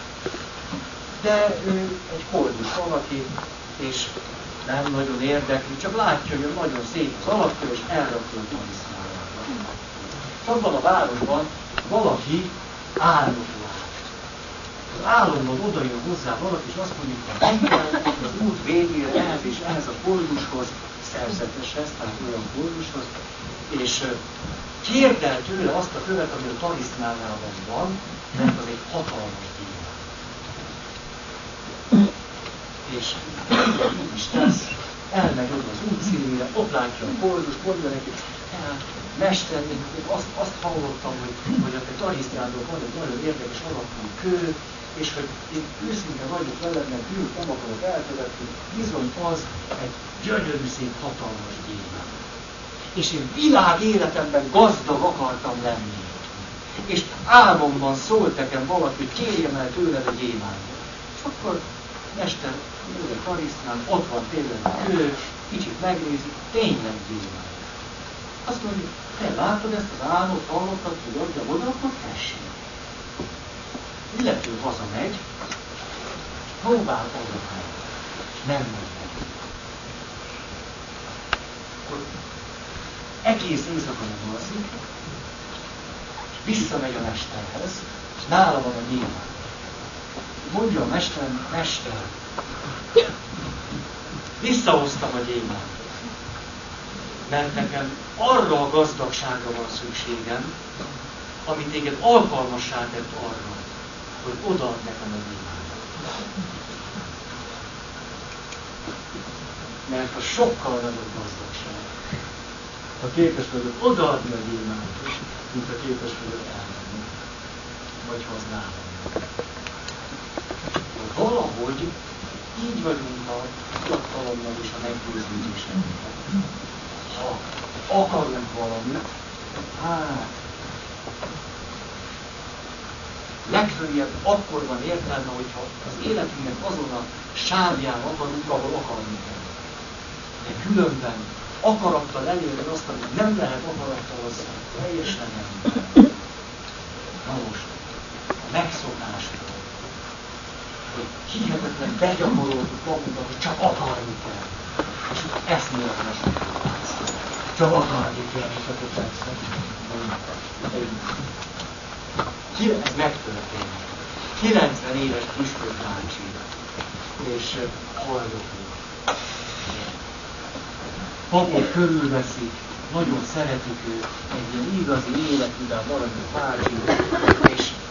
De ő egy koldus valaki, és nem nagyon érdekli, csak látja, hogy nagyon szép az alapkő, és elrakja a taliszmájára. Abban a városban valaki álmot lát. Az álomban oda jön hozzá valaki, és azt mondja, hogy meg kell az út végére ehhez és ehhez a koldushoz, szerzeteshez, tehát olyan koldushoz, és kérd el tőle azt a követ, ami a taliszmánában van, mert az egy hatalmas díj. És így is tesz, elmegy oda az út színére, ott látja a koldust, mondja neki, hát mester, még azt, azt hallottam, hogy, hogy a te tarisztrádról van egy nagyon érdekes alapú kő, és hogy én őszinte vagyok veled, mert bűnt nem akarok elkövetni, bizony az egy gyönyörű szép hatalmas gyémánt. És én világ életemben gazdag akartam lenni. És álmomban szólt nekem valaki, hogy kérjem el tőled a gyémántot. És akkor mester, jön a tarisztrán, ott van tényleg a kő, kicsit megnézi, tényleg gyémánt. Azt mondja, te látod ezt az álmot, hallottad, hogy adjam oda, akkor tessék. Illető hazamegy, próbál odaadni. Nem megy meg. Akkor egész éjszaka nem alszik, és visszamegy a mesterhez, és nála van a gyémánt. Mondja a mester, mester, visszahoztam a gyémántot. Mert nekem arra a gazdagságra van szükségem, ami téged alkalmassá tett arra, hogy odaad nekem a gyémántot. Mert a sokkal nagyobb gazdagság, ha képes vagyok odaadni a gyémántot, mint ha képes vagyok elmenni, vagy ha az nálam. Valahogy így vagyunk a tudattalannak és a meggyőződésünknek. Ha akarunk valamit, hát legfőjebb akkor van értelme, hogyha az életünknek azon a sávján akarunk, ahol akarni kell. De különben akarattal elérni azt, amit nem lehet akarattal, az teljesen nem. Na most, a megszokástól, hogy hihetetlen begyakoroltuk magunkat, hogy csak akarni kell. És eszméletlen a sokat látsz. Csak akarni kell, és akkor persze. Ez megtörtént. kilencven éves Püspök bácsi, és hallgatunk. Papot körülveszik, nagyon szeretik őt, egy ilyen igazi életvidám valami bácsi, és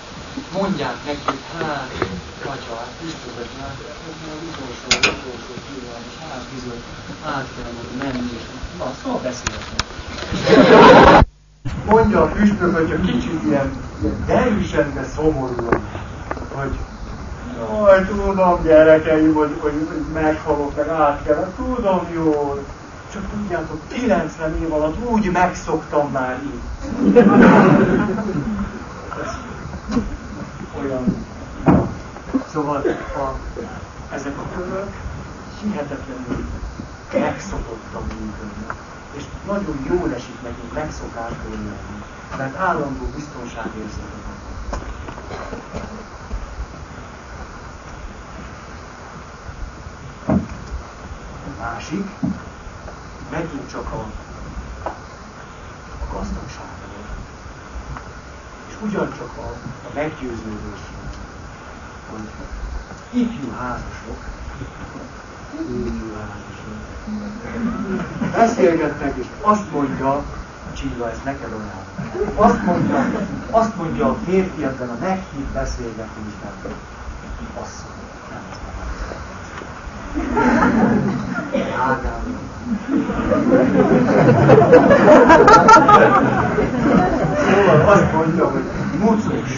mondják neki, hogy hát, atya, hát biztos, hát az utolsó, utolsó pillanat, és hát bizony, át kell menni, és na, szóval beszélhetnek. Mondja a püspök, hogyha kicsit ilyen, ilyen dervisen, de szomorúan, hogy jaj, tudom, gyerekeim, hogy, hogy, hogy meghalok, meg át kell, tudom jól. Csak tudjátok, kilencven év alatt úgy megszoktam már így. Olyan. Szóval a, ezek a körök hihetetlenül megszokottan működnek. És nagyon jól esik nekünk megszokásból élni, mert állandó biztonságérzetet ad. Másik, megint csak a, a gazdagságról. És ugyancsak a, a meggyőződésről, hogy ifjú házasok, ifjú házasok, beszélgetnek, és azt mondja, Csilla, ez neked olyan. Azt mondja, azt mondja a férfi ebben a meghitt beszélgetésben, asszony, nem ez nem. Ágám. Szóval azt mondja, hogy mucos.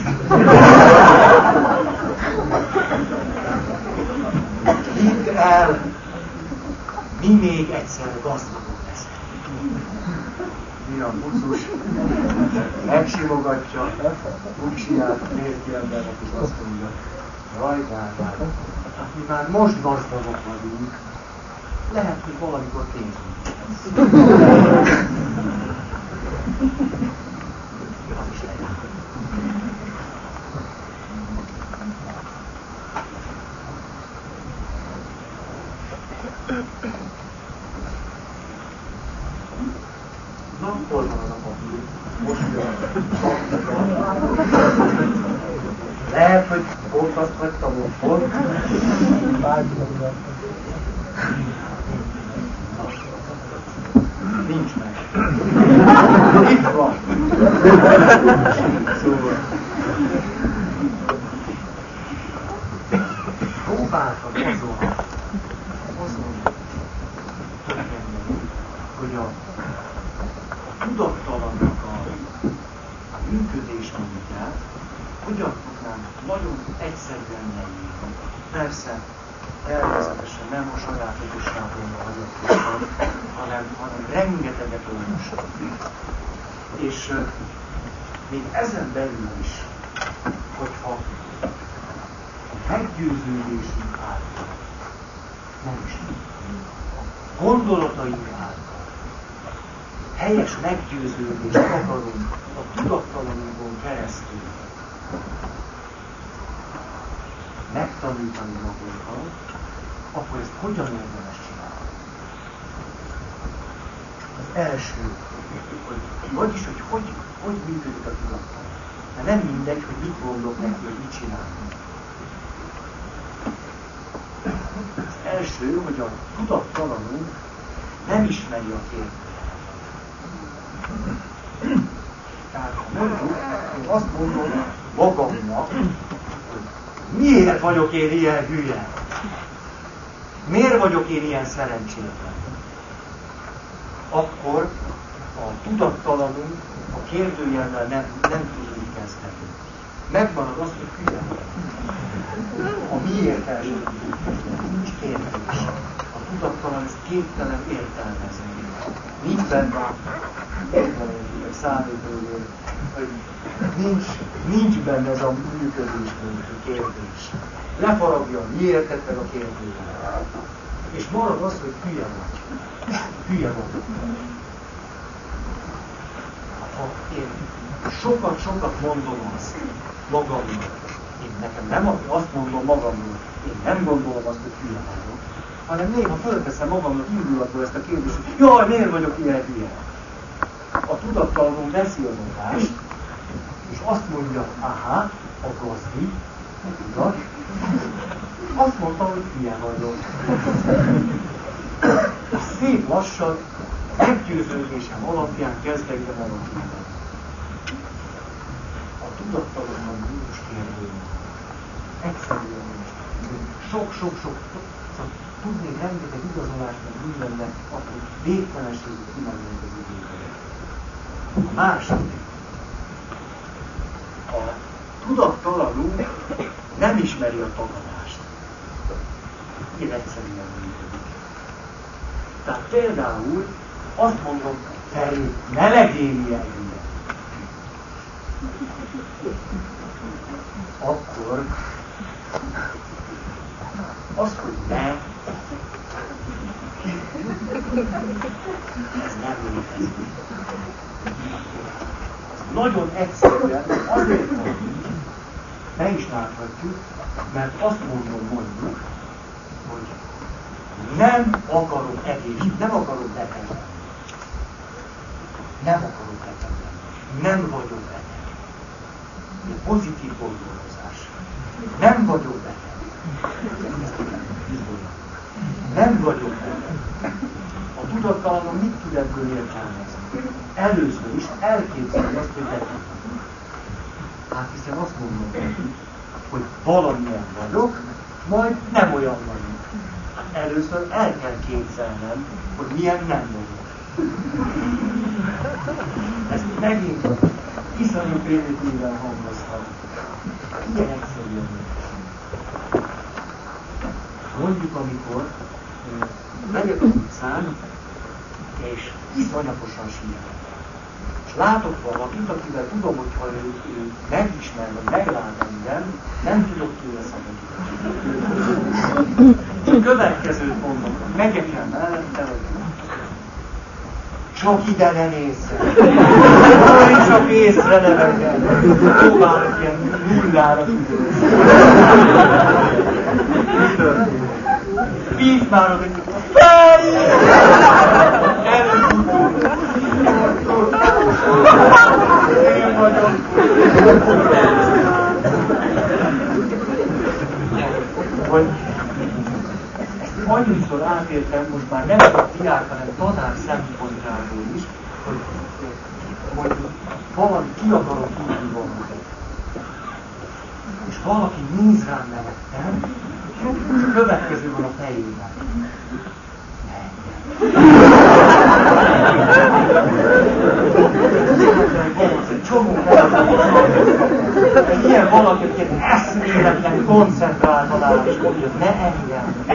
Hidd el, mi még egyszer gazdagok lesznek. Mi a mucos? Megsimogatja buksiját a férfi embernek, és azt mondja, jaj, drágám, hát mi már most gazdagok vagyunk, lehet, hogy valamikor pénzünk lesz. Az is legyen. Na, hol van az a papír? Most jön. Lehet, hogy ott azt hagytam ott. Nincs meg. Itt van. Szóval. Próbáltam azon, azon tökkenni, hogy a tudattalannak a, a működés módját hogyan tudnánk nagyon egyszerűen leírni. Persze, természetesen nem a saját okosságomra hagyatkoztam, hanem, hanem rengeteget olvastam. És uh, még ezen belül is, hogyha a meggyőződésünk által, nem is a gondolataink által, helyes meggyőződést akarunk a tudattalanunkon keresztül megtanítani magunkat, akkor ezt hogyan érdemes csinálni? Az első, hogy vagyis, hogy hogy, hogy működik a tudattalan. Mert nem mindegy, hogy mit mondok neki, hogy mit csinálni. Az első, hogy a tudattalanunk nem ismeri a kérdést. Tehát ha mondjuk, én azt mondom magamnak, hogy miért vagyok én ilyen hülye? Miért vagyok én ilyen szerencsétlen? Akkor a tudattalanunk a kérdőjellel nem, nem tud úgy kezdeni. Megmarad az, hogy hülye vagyok. A miért első nincs kérdés. A tudattalan ezt képtelen értelmezni. Nincs benne egy számítógép, hogy nincs, nincs benne ez a működésmód, a kérdés. Lefaragja, miért tetted a kérdést. És marad az, hogy hülye vagy. Hülye vagy. Ha én sokat-sokat mondom azt magamnak, én nekem nem azt mondom magamnak, én nem gondolom azt, hogy hülye vagyok, hanem néha fölteszem magamnak indulatból ezt a kérdést, hogy jaj, miért vagyok ilyen hülye? A tudattalanul veszi az adást, és azt mondja, aha, a gazdi, igaz? Azt mondta, hogy hülye vagyok. És szép lassan, meggyőződésem alapján kezdek be magamnak. A tudattalanul most kérdően. Egyszerűen nincs. Sok-sok-sok, tudnék rengeteg igazolást, meg mindennek, akkor végtelenségig kimennénk az időben. A második. A tudattalanul nem ismeri a tagadást. Ilyen egyszerűen működik. Tehát például azt mondom felé, ne legyél ilyen hülye. Akkor azt, hogy ne, ez nem létezik. Nagyon egyszerűen azért van, ne is láthatjuk, mert azt mondom mondjuk, hogy nem akarok egész, nem akarok beteg lenni. Nem akarok beteg lenni. Nem vagyok beteg. Egy pozitív gondolkozás. Nem vagyok beteg. Nem vagyok beteg. A tudattalanom mit tud ebből értelmezni? Először is elképzelni azt, hogy beteg. Hát hiszen azt mondom, hogy valamilyen vagyok, majd nem olyan vagyok. Hát először el kell képzelnem, hogy milyen nem vagyok. Ezt megint iszonyú primitíven hangozhat. Ilyen egyszerűen. Mondjuk, amikor megyek az utcán, és iszonyatosan sírok. És látok valakit, akivel tudom, hogy ha ő, ő megismer, vagy meglát engem, nem tudok tőle szabadulni. A következőt mondom, megyek el mellette, vagy csak ide ne nézzen. Olyan csak észre ne vegyen. Próbálok ilyen nullára tüdőzni. Mi történik? Bíz már oda, hogy Feri! Előbb-utóbb. Én vagyok. Hogy annyiszor átértem, most már nem csak diák, hanem tanár szempontjából is, hogy, hogy valami ki akarom tudni valamit. És valaki néz rám nevettem, és a következő van a fejében. Egy csomó egy ilyen valaki, egy eszméletlen koncentráltalál, és mondja, ne engem.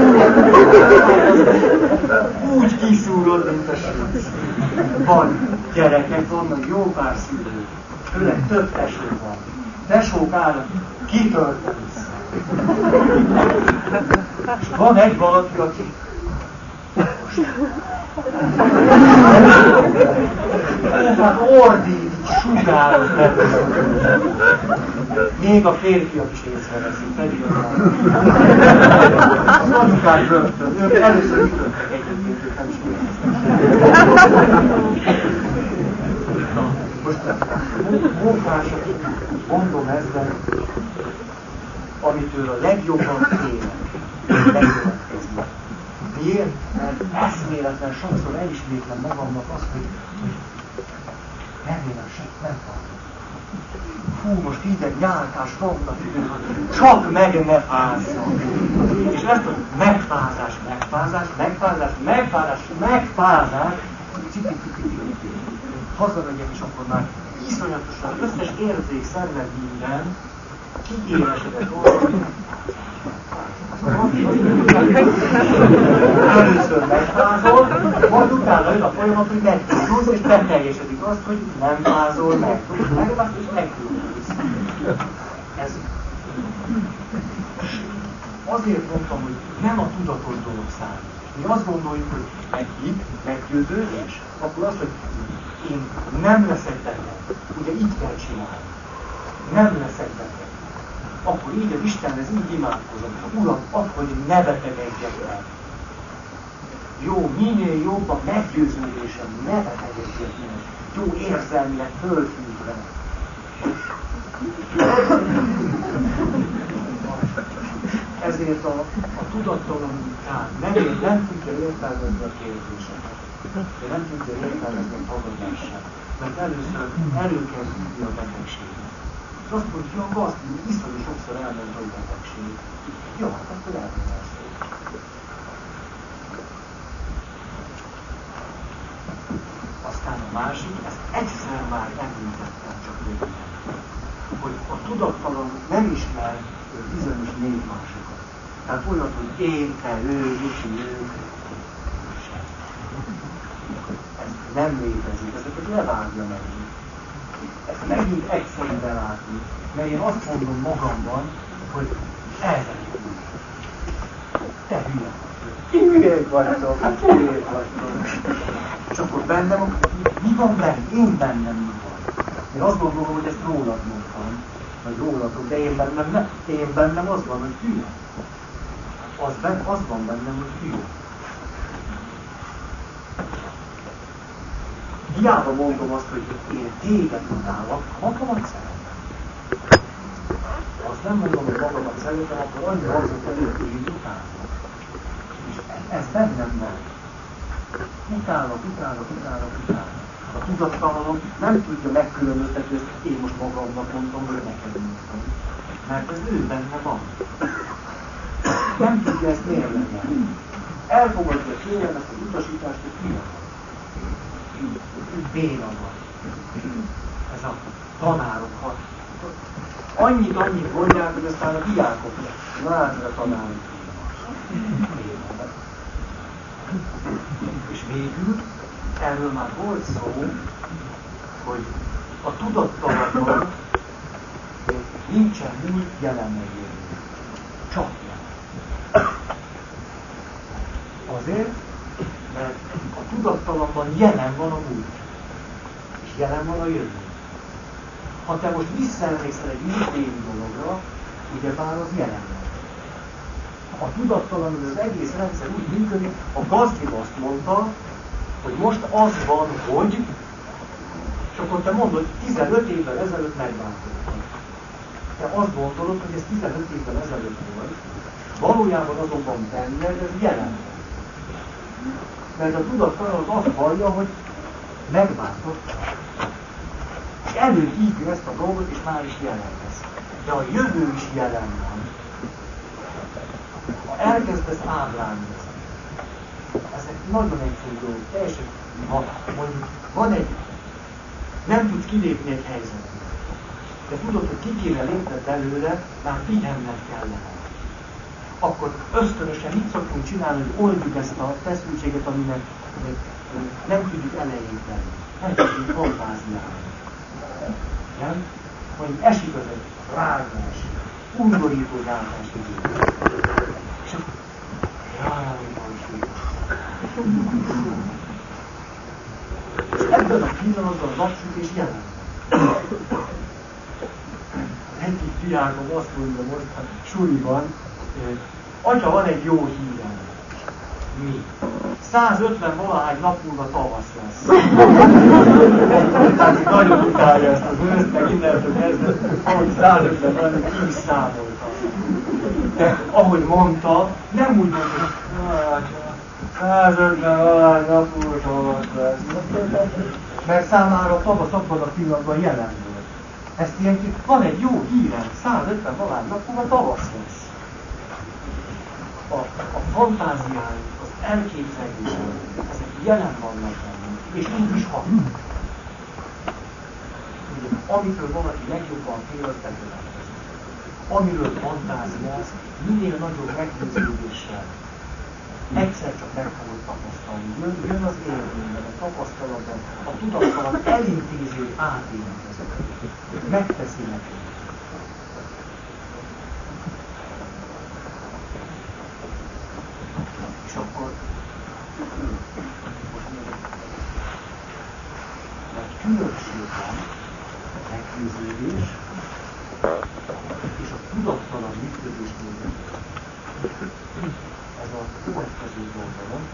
Úgy kiszúrod, mint a srác. Van gyerekek, vannak jó pár szülők, főleg több tesó van. Tesók állnak, kitöltve vissza. És van egy valaki, aki hát ordít, sugárod még a férfiak is észreveszik, pedig az anyukák rögtön, ők először ütöntek egyébként, ők nem is most munkások, mondom ezzel, amitől a legjobban félek, megkövetkezni. Miért? Mert eszméletlen sokszor elismétlem magamnak azt, hogy, hogy remélem se, nem fázik. Hú, most hideg, nyálkás, ronda, csak meg ne fázzon. És ezt a megfázás, megfázás, megfázás, megfázás, megfázás, cipi-cipi-cipi. Hazamegyek, és akkor már iszonyatosan, összes érzék, szerved minden, kiélesedett valami. Először megfázol, majd utána jön a folyamat, hogy meggyógyulsz, és beteljesedik azt, hogy nem fázol meg. Megfázol, és meggyógyulsz. Ez azért mondtam, hogy nem a tudatos dolog számít. Mi azt gondoljuk, hogy meghit, meggyőződés, akkor azt, hogy én nem leszek beteg. Ugye így kell csinálni. Nem leszek beteg. Akkor így az Istenhez így imádkozom. Uram, add, hogy ne betegedjek el. Jó, minél jobb a meggyőződésem, ne betegedjek el. Jó érzelmileg fölfűzve. Ezért a, a tudattalan, tehát nem, nem tudja értelmezni a kérdéseket. De nem tudja értelmezni a tagadással. Mert először elő kell tudni a betegséget. azt mondja, hogy a gazdi, iszonyú sokszor elment a betegség. Jó, hát akkor elmondás. Aztán a másik, ezt egyszer már említettem, csak röviden, hogy a tudattalan nem ismer bizonyos névmásokat. Tehát olyat, hogy én, te, ő, Luci, ő, sem. Ez nem létezik, ezeket levágja meg. Ezt megint egyszerűen látni, mert én azt mondom magamban, hogy ezek úgy. Te hülye vagy. Ki hülyék vagytok? Hát hülyék vagytok. És akkor bennem, mi van bennem? Én bennem mi van? Én azt gondolom, hogy ezt rólad mondtam, vagy rólatok, de én bennem nem. Én bennem az van, hogy hülye. Az, ben, az van bennem, hogy hülye. Hiába mondom azt, hogy én téged utálok, magamat szeretem. Azt nem mondom, hogy magamat szeretem, akkor annyi hangzott előtt, hogy én utálok. És ez bennem van. Utálok, utálok, utálok, utálok. A tudattalanom nem tudja megkülönböztetni, hogy én most magamnak mondom, vagy neked mondtam. Mert ez ő benne van. Nem tudja ezt mérlegelni. Elfogadja tőlem ezt az utasítást, hogy ki van. Béna van. Ez a tanárok hat. Annyit, annyit mondják, hogy aztán a diákok látni a tanárok. És végül erről már volt szó, hogy a tudattalanban nincsen múlt, jelen megélni. Csak jelen. Azért, mert a tudattalanban jelen van a múlt, és jelen van a jövő. Ha te most visszaemlékszel egy múltbéli dologra, ugyebár az jelen van. A tudattalanul az egész rendszer úgy működik, a gazdi azt mondta, hogy most az van, hogy, és akkor te mondod, hogy tizenöt évvel ezelőtt megváltoztak. Te azt gondolod, hogy ez tizenöt évvel ezelőtt volt, valójában azonban benned ez jelen van. Mert a tudattalan azt vallja, hogy megváltoztak. És előhívja ezt a dolgot, és már is jelen lesz. De a jövő is jelen van. Ha elkezdesz ábrándozni, ezek nagyon egyszerű dolgok, teljesen, ha mondjuk van egy, nem tudsz kilépni egy helyzetből, de tudod, hogy ki kéne lépned belőle, már pihenned kellene. Akkor ösztönösen mit szoktunk csinálni, hogy oldjuk ezt a feszültséget, aminek nem tudjuk elejét tenni. Nem tudjuk fantáziálni. Nem? Mondjuk esik az egy rágás, undorító rágás idő. És akkor, jaj, van sík. És ebben a pillanatban a napsütés jelen. Az egyik diákom azt mondja most, hát suliban, atya, van egy jó hírem. Mi? százötven valahány nap múlva tavasz lesz. Tehát nagyon utálja ezt az őszt, meg innentől kezdve, ahogy százötven valahány ki is számolta. De ahogy mondta, nem úgy mondta, hogy százötven valahány nap múlva tavasz lesz. Mert számára a tavasz abban a pillanatban jelen volt. Ezt ilyen, van egy jó hírem, százötven valahány nap múlva tavasz lesz. A, a fantáziáink, az elképzelésünk, ezek jelen vannak bennünk, és így is hatnak. Amitől valaki legjobban fél, az bekövetkezik. Amiről fantáziálsz, minél nagyobb meggyőződéssel. Egyszer csak meg fogod tapasztalni. Jön, jön az élményben, a tapasztalatban, a tudattalan elintézi, hogy átélni ezeket. Megteszi neked. És akkor egy különbség van a meggyőződés és a tudattalan működés között. Ez a következő dolgon,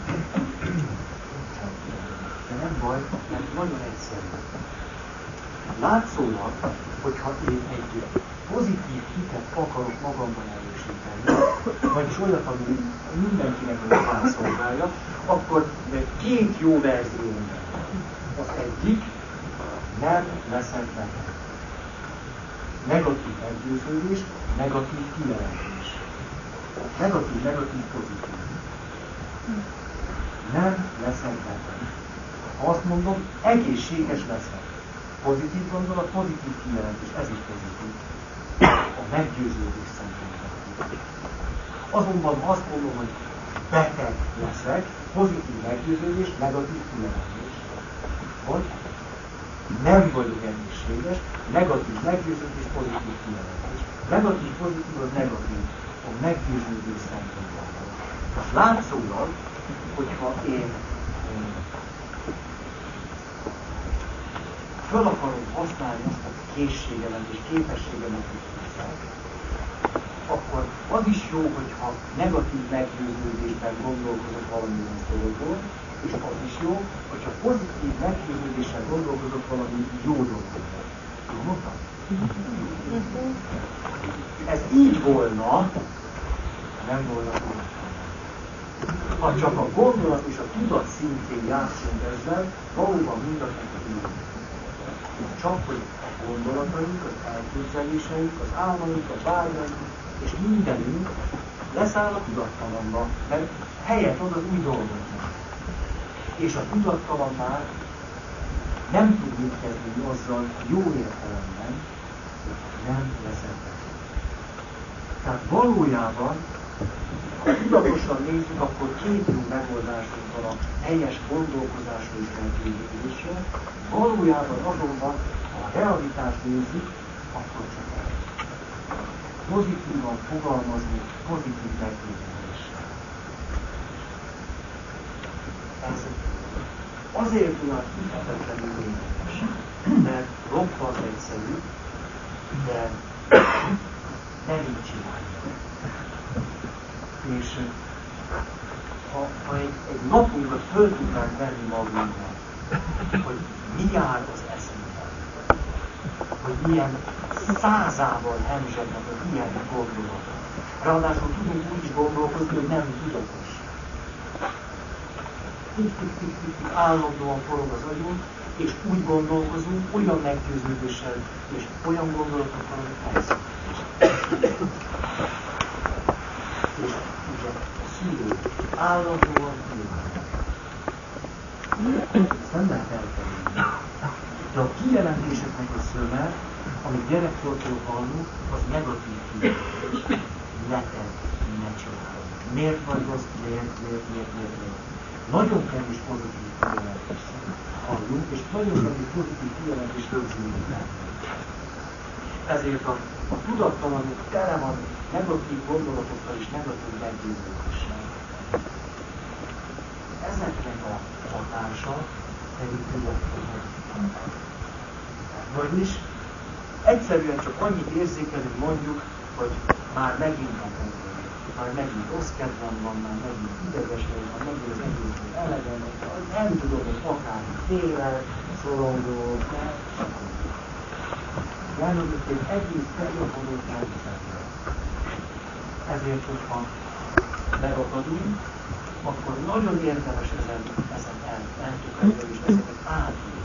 de nem baj, mert nagyon egyszerű. Látszólag, hogyha én egy pozitív hitet akarok magamban erősíteni, vagyis olyat, ami mindenkinek a javán szolgálja, akkor két jó verzió van. Az egyik, nem leszek beteg. negatív meggyőződés, negatív kijelentés. Negatív, negatív, pozitív. Nem leszek beteg. Ha azt mondom, egészséges leszek. Pozitív gondolat, pozitív kijelentés, ez is pozitív. A meggyőződés szempontjából. Azonban azt mondom, hogy beteg leszek, pozitív meggyőződés, negatív kijelentés. Vagy nem vagyok egészséges, negatív meggyőződés, pozitív kijelentés. Negatív, pozitív az negatív, a meggyőződés szempontjából. Most látszólag, hogyha én föl akarom használni azt a készségemet és képességemet, hogy hiszek, akkor az is jó, hogyha negatív meggyőződésben gondolkozok valamilyen dologról, és az is jó, hogyha pozitív meggyőződéssel gondolkozok valami jó dologról. Jó mondtam? Ez így volna, nem volna volna. Ha csak a gondolat és a tudat szintjén játszunk ezzel, valóban mind a kettő. Csak hogy a gondolataink, az elképzeléseink, az álmaink, a vágyaink és mindenünk leszáll a tudattalanba, mert helyet ad az új dolgoknak. És a tudattalan már nem tud mit kezdeni azzal jó értelemben, hogy nem leszek. Tehát valójában, ha tudatosan nézzük, akkor két jó megoldásunk van a helyes gondolkozásra és meggyőződésre. Valójában azonban, ha a realitást nézzük, akkor csak el. Pozitívan fogalmazni, pozitív meggyőződéssel. Ez azért olyan hihetetlenül lényeges, mert roppant egyszerű, de nem így csináljuk. És ha, ha egy, egy napunkat föl tudnánk venni magunknak, hogy mi jár az eszünkben, hogy milyen százával hemzsegnek az ilyen gondolatok. Ráadásul tudunk úgy is gondolkozni, hogy nem tudatos. Tik-tik-tik-tik állandóan forog az agyunk, és úgy gondolkozunk, olyan meggyőződéssel, és olyan gondolatokkal, hogy elszakítás. És ugye a szülő állandóan nyilván. Ezt nem lehet elkerülni. De a kijelentéseknek a szöme, amit gyerekkortól hallunk, az negatív kijelentés. Ne tedd, ne csinálj. Miért vagy rossz? Miért, miért, miért, miért, miért? Nagyon kevés pozitív kijelentést hallunk, és nagyon kevés pozitív kijelentést rögzítünk el. Ezért a, a tudattalanok tele van negatív gondolatokkal és negatív meggyőződéssel. Ezeknek a hatása pedig tudattalan. Vagyis egyszerűen csak annyit érzékelünk, mondjuk, hogy már megint a gondol. Már megint rossz kedvem van, már megint ideges vagy, már megint az egészből elegem, nem tudom, hogy akár félel, szorongó, de elmondjuk, hogy egész telefonot megvizetlen. Ezért, hogyha megakadunk, akkor nagyon érdemes ezen, ezen el, eltökölni és ezeket átülni.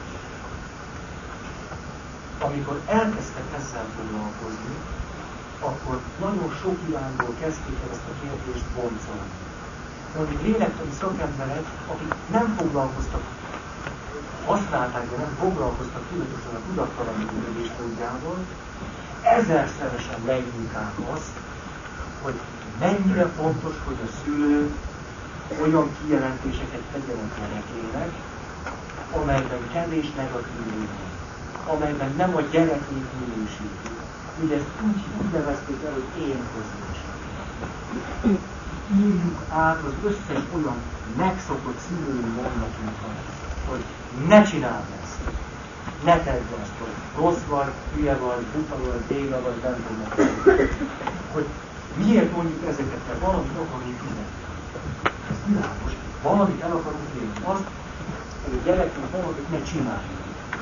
Amikor elkezdtek ezzel foglalkozni, akkor nagyon sok irányból kezdték el ezt a kérdést boncolni. Mondjuk lélektani szakemberek, akik nem foglalkoztak, használták, de nem foglalkoztak tudatosan a tudattalan működés módjával, ezerszeresen leírták azt, hogy mennyire fontos, hogy a szülők olyan kijelentéseket tegyenek gyerekének, amelyben kevés negatív van, amelyben nem a gyerekét minősítik. Ugye ezt úgy, úgy nevezték el, hogy én közösség. Írjuk át az összes olyan megszokott szülői mondatunkon, hogy ne csináld ezt, ne tedd ezt, hogy rossz vagy, hülye vagy, buta vagy, béna vagy, nem tudom. Hogy miért mondjuk ezeket, mert valamit akarunk fizetni. Ez világos, valamit el akarunk élni. Azt, hogy a gyereknek valamit ne csináljuk.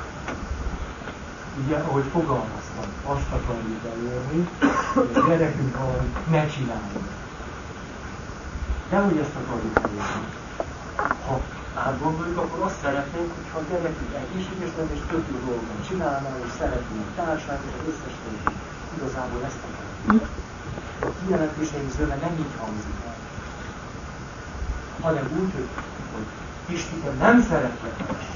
Ugye, ahogy fogalmaztam, azt akarjuk elérni, hogy a gyerekünk valamit ne csináljuk. De hogy ezt akarjuk elérni. Ha átgondoljuk, akkor azt szeretnénk, hogyha a gyerekünk egészséges lenne, és tök jó dolgokat csinálnál, és szeretnénk társág, és az összes többi. Igazából ezt akarjuk. A kijelentéseink zöme nem így hangzik el, hanem úgy, hogy, hogy Istenem, nem szeretlek másik.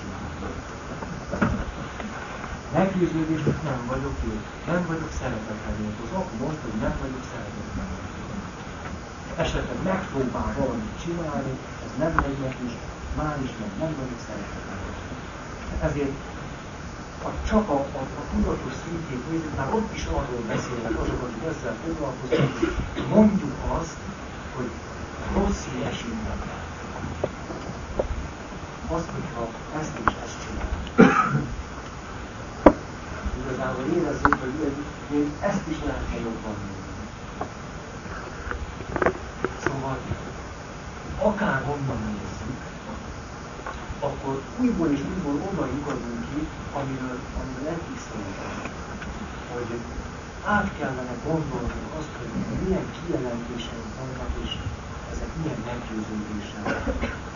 Meggyőződésnek nem vagyok én, nem vagyok szeretetlen. Az apu mondta, hogy nem vagyok szeretetlen. Esetleg megpróbál valamit csinálni, ez nem megy neki is, már is meg nem vagyok szeretetlen. Ezért ha csak a, a, a tudatos szintjét nézzük, már ott is arról beszélnek azok, akik ezzel foglalkoznak, hogy mondjuk azt, hogy rossz esünk meg. Azt, hogyha ezt is ezt csináljuk. Igazából érezzük, hogy még ezt is lehetne jobban nézni. Szóval, akár honnan nézzük, akkor újból és újból oda lyukadunk ki, amiről, amiről eddig szóltam, hogy át kellene gondolnunk azt, hogy milyen kijelentéseink vannak, és ezek milyen meggyőződések.